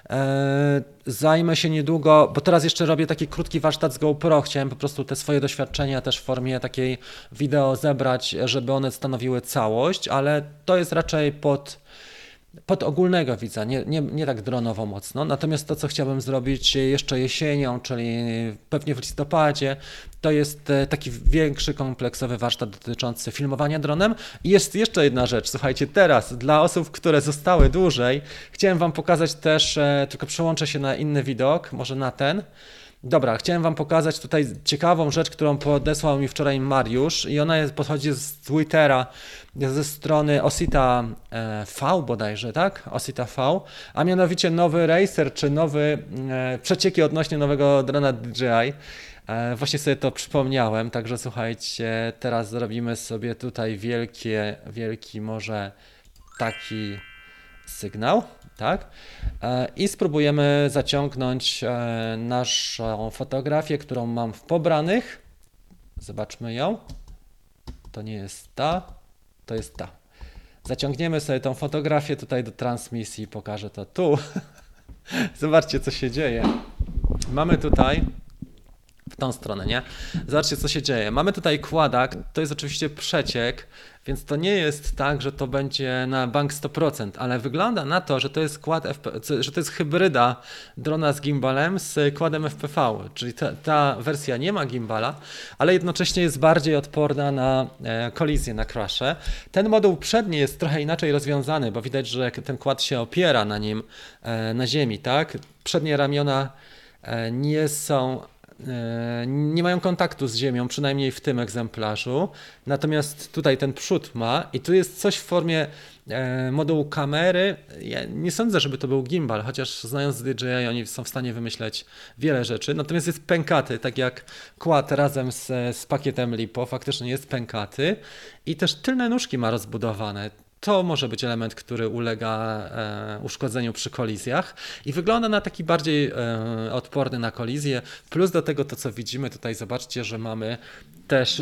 Zajmę się niedługo, bo teraz jeszcze robię taki krótki warsztat z GoPro. Chciałem po prostu te swoje doświadczenia też w formie takiej wideo zebrać, żeby one stanowiły całość, ale to jest raczej pod ogólnego widza, nie tak dronowo mocno. Natomiast to, co chciałbym zrobić jeszcze jesienią, czyli pewnie w listopadzie, to jest taki większy, kompleksowy warsztat dotyczący filmowania dronem. I jest jeszcze jedna rzecz, słuchajcie, teraz dla osób, które zostały dłużej, chciałem Wam pokazać też, tylko przełączę się na inny widok, może na ten. Dobra, chciałem Wam pokazać tutaj ciekawą rzecz, którą podesłał mi wczoraj Mariusz i ona pochodzi z Twittera, ze strony Osita V bodajże, tak? Osita V, a mianowicie nowy racer, czy przecieki odnośnie nowego drona DJI. Właśnie sobie to przypomniałem, także słuchajcie, teraz zrobimy sobie tutaj wielki może taki sygnał, tak? I spróbujemy zaciągnąć naszą fotografię, którą mam w pobranych. Zobaczmy ją. To nie jest ta, to jest ta. Zaciągniemy sobie tą fotografię tutaj do transmisji, pokażę to tu. Zobaczcie, co się dzieje. Mamy tutaj w tą stronę, nie? Zobaczcie, co się dzieje. Mamy tutaj kładak, to jest oczywiście przeciek, więc to nie jest tak, że to będzie na bank 100%, ale wygląda na to, że to jest że to jest hybryda drona z gimbalem z kładem FPV, czyli ta wersja nie ma gimbala, ale jednocześnie jest bardziej odporna na kolizję, na crashe. Ten moduł przedni jest trochę inaczej rozwiązany, bo widać, że ten kład się opiera na nim, na ziemi, tak? Przednie ramiona nie mają kontaktu z ziemią, przynajmniej w tym egzemplarzu. Natomiast tutaj ten przód ma i tu jest coś w formie modułu kamery. Ja nie sądzę, żeby to był gimbal, chociaż znając DJI oni są w stanie wymyśleć wiele rzeczy. Natomiast jest pękaty, tak jak kład razem z pakietem LiPo, faktycznie jest pękaty i też tylne nóżki ma rozbudowane. To może być element, który ulega uszkodzeniu przy kolizjach i wygląda na taki bardziej odporny na kolizję. Plus do tego to, co widzimy tutaj, zobaczcie, że mamy też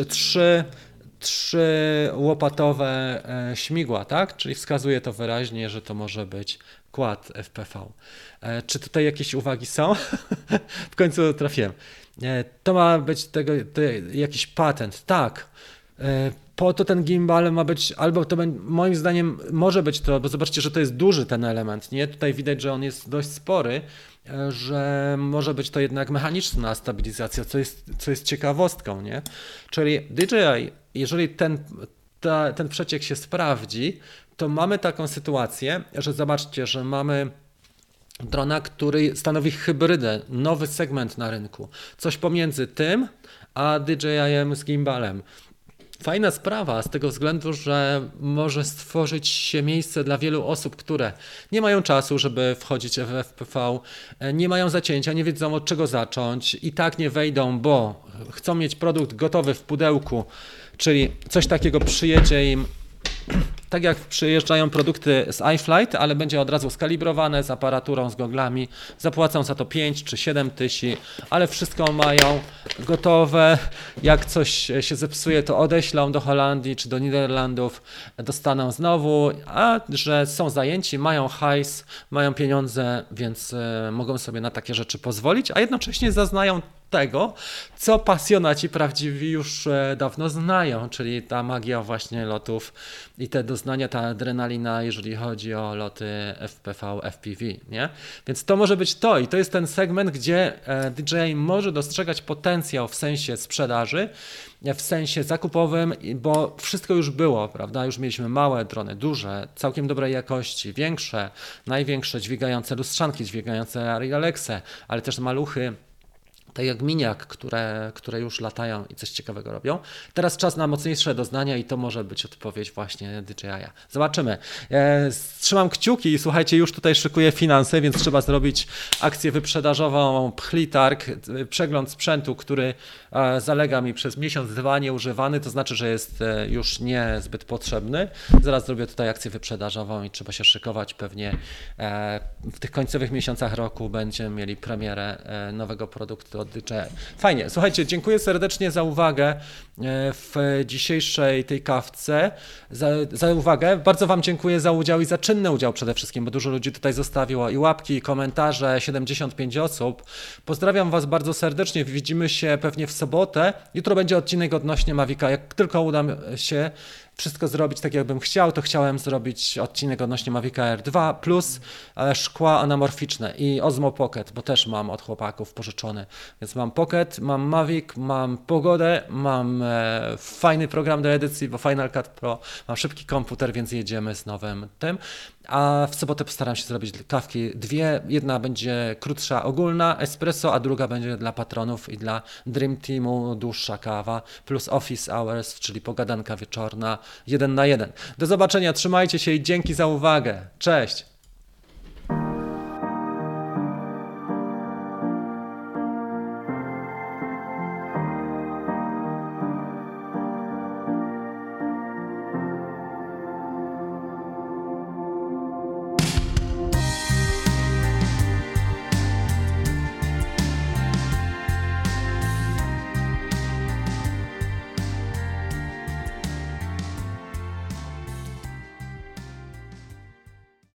trzy łopatowe śmigła, tak? Czyli wskazuje to wyraźnie, że to może być Quad FPV. Czy tutaj jakieś uwagi są? W końcu trafiłem. To ma być jakiś patent. Tak. Po to ten gimbal ma być, albo to moim zdaniem może być to, bo zobaczcie, że to jest duży ten element, nie? Tutaj widać, że on jest dość spory, że może być to jednak mechaniczna stabilizacja, co jest ciekawostką, nie? Czyli DJI, jeżeli ten przeciek się sprawdzi, to mamy taką sytuację, że zobaczcie, że mamy drona, który stanowi hybrydę, nowy segment na rynku. Coś pomiędzy tym, a DJI-em z gimbalem. Fajna sprawa z tego względu, że może stworzyć się miejsce dla wielu osób, które nie mają czasu, żeby wchodzić w FPV, nie mają zacięcia, nie wiedzą od czego zacząć i tak nie wejdą, bo chcą mieć produkt gotowy w pudełku, czyli coś takiego przyjedzie im, tak jak przyjeżdżają produkty z iFlight, ale będzie od razu skalibrowane z aparaturą, z goglami. Zapłacą za to 5 czy 7 tysięcy, ale wszystko mają gotowe. Jak coś się zepsuje, to odeślą do Holandii czy do Niderlandów, dostaną znowu, a że są zajęci, mają hajs, mają pieniądze, więc mogą sobie na takie rzeczy pozwolić, a jednocześnie zaznają tego, co pasjonaci prawdziwi już dawno znają, czyli ta magia właśnie lotów i te doznania, ta adrenalina, jeżeli chodzi o loty FPV, FPV, nie? Więc to może być to i to jest ten segment, gdzie DJI może dostrzegać potencjał w sensie sprzedaży, w sensie zakupowym, bo wszystko już było, prawda? Już mieliśmy małe drony, duże, całkiem dobrej jakości, większe, największe, dźwigające lustrzanki, dźwigające Alexy, ale też maluchy, tak jak Miniak, które już latają i coś ciekawego robią. Teraz czas na mocniejsze doznania i to może być odpowiedź właśnie DJI-a. Zobaczymy. Trzymam kciuki i słuchajcie, już tutaj szykuję finanse, więc trzeba zrobić akcję wyprzedażową, pchlitarg, przegląd sprzętu, który zalega mi przez miesiąc, dwa nieużywany, to znaczy, że jest już niezbyt potrzebny. Zaraz zrobię tutaj akcję wyprzedażową i trzeba się szykować. Pewnie w tych końcowych miesiącach roku będziemy mieli premierę nowego produktu od DJI. Fajnie, słuchajcie, dziękuję serdecznie za uwagę w dzisiejszej tej kawce, za uwagę. Bardzo Wam dziękuję za udział i za czynny udział przede wszystkim, bo dużo ludzi tutaj zostawiło i łapki, i komentarze, 75 osób. Pozdrawiam Was bardzo serdecznie, widzimy się pewnie w sobotę. Jutro będzie odcinek odnośnie Mavica, jak tylko uda się wszystko zrobić tak, jakbym chciał, to chciałem zrobić odcinek odnośnie Mavica R2 plus szkła anamorficzne i Osmo Pocket, bo też mam od chłopaków pożyczony. Więc mam Pocket, mam Mavic, mam pogodę, mam fajny program do edycji, bo Final Cut Pro, mam szybki komputer, więc jedziemy z nowym tym. A w sobotę postaram się zrobić kawki dwie. Jedna będzie krótsza, ogólna, espresso, a druga będzie dla patronów i dla Dream Teamu dłuższa kawa, plus office hours, czyli pogadanka wieczorna, 1 na 1. Do zobaczenia, trzymajcie się i dzięki za uwagę. Cześć!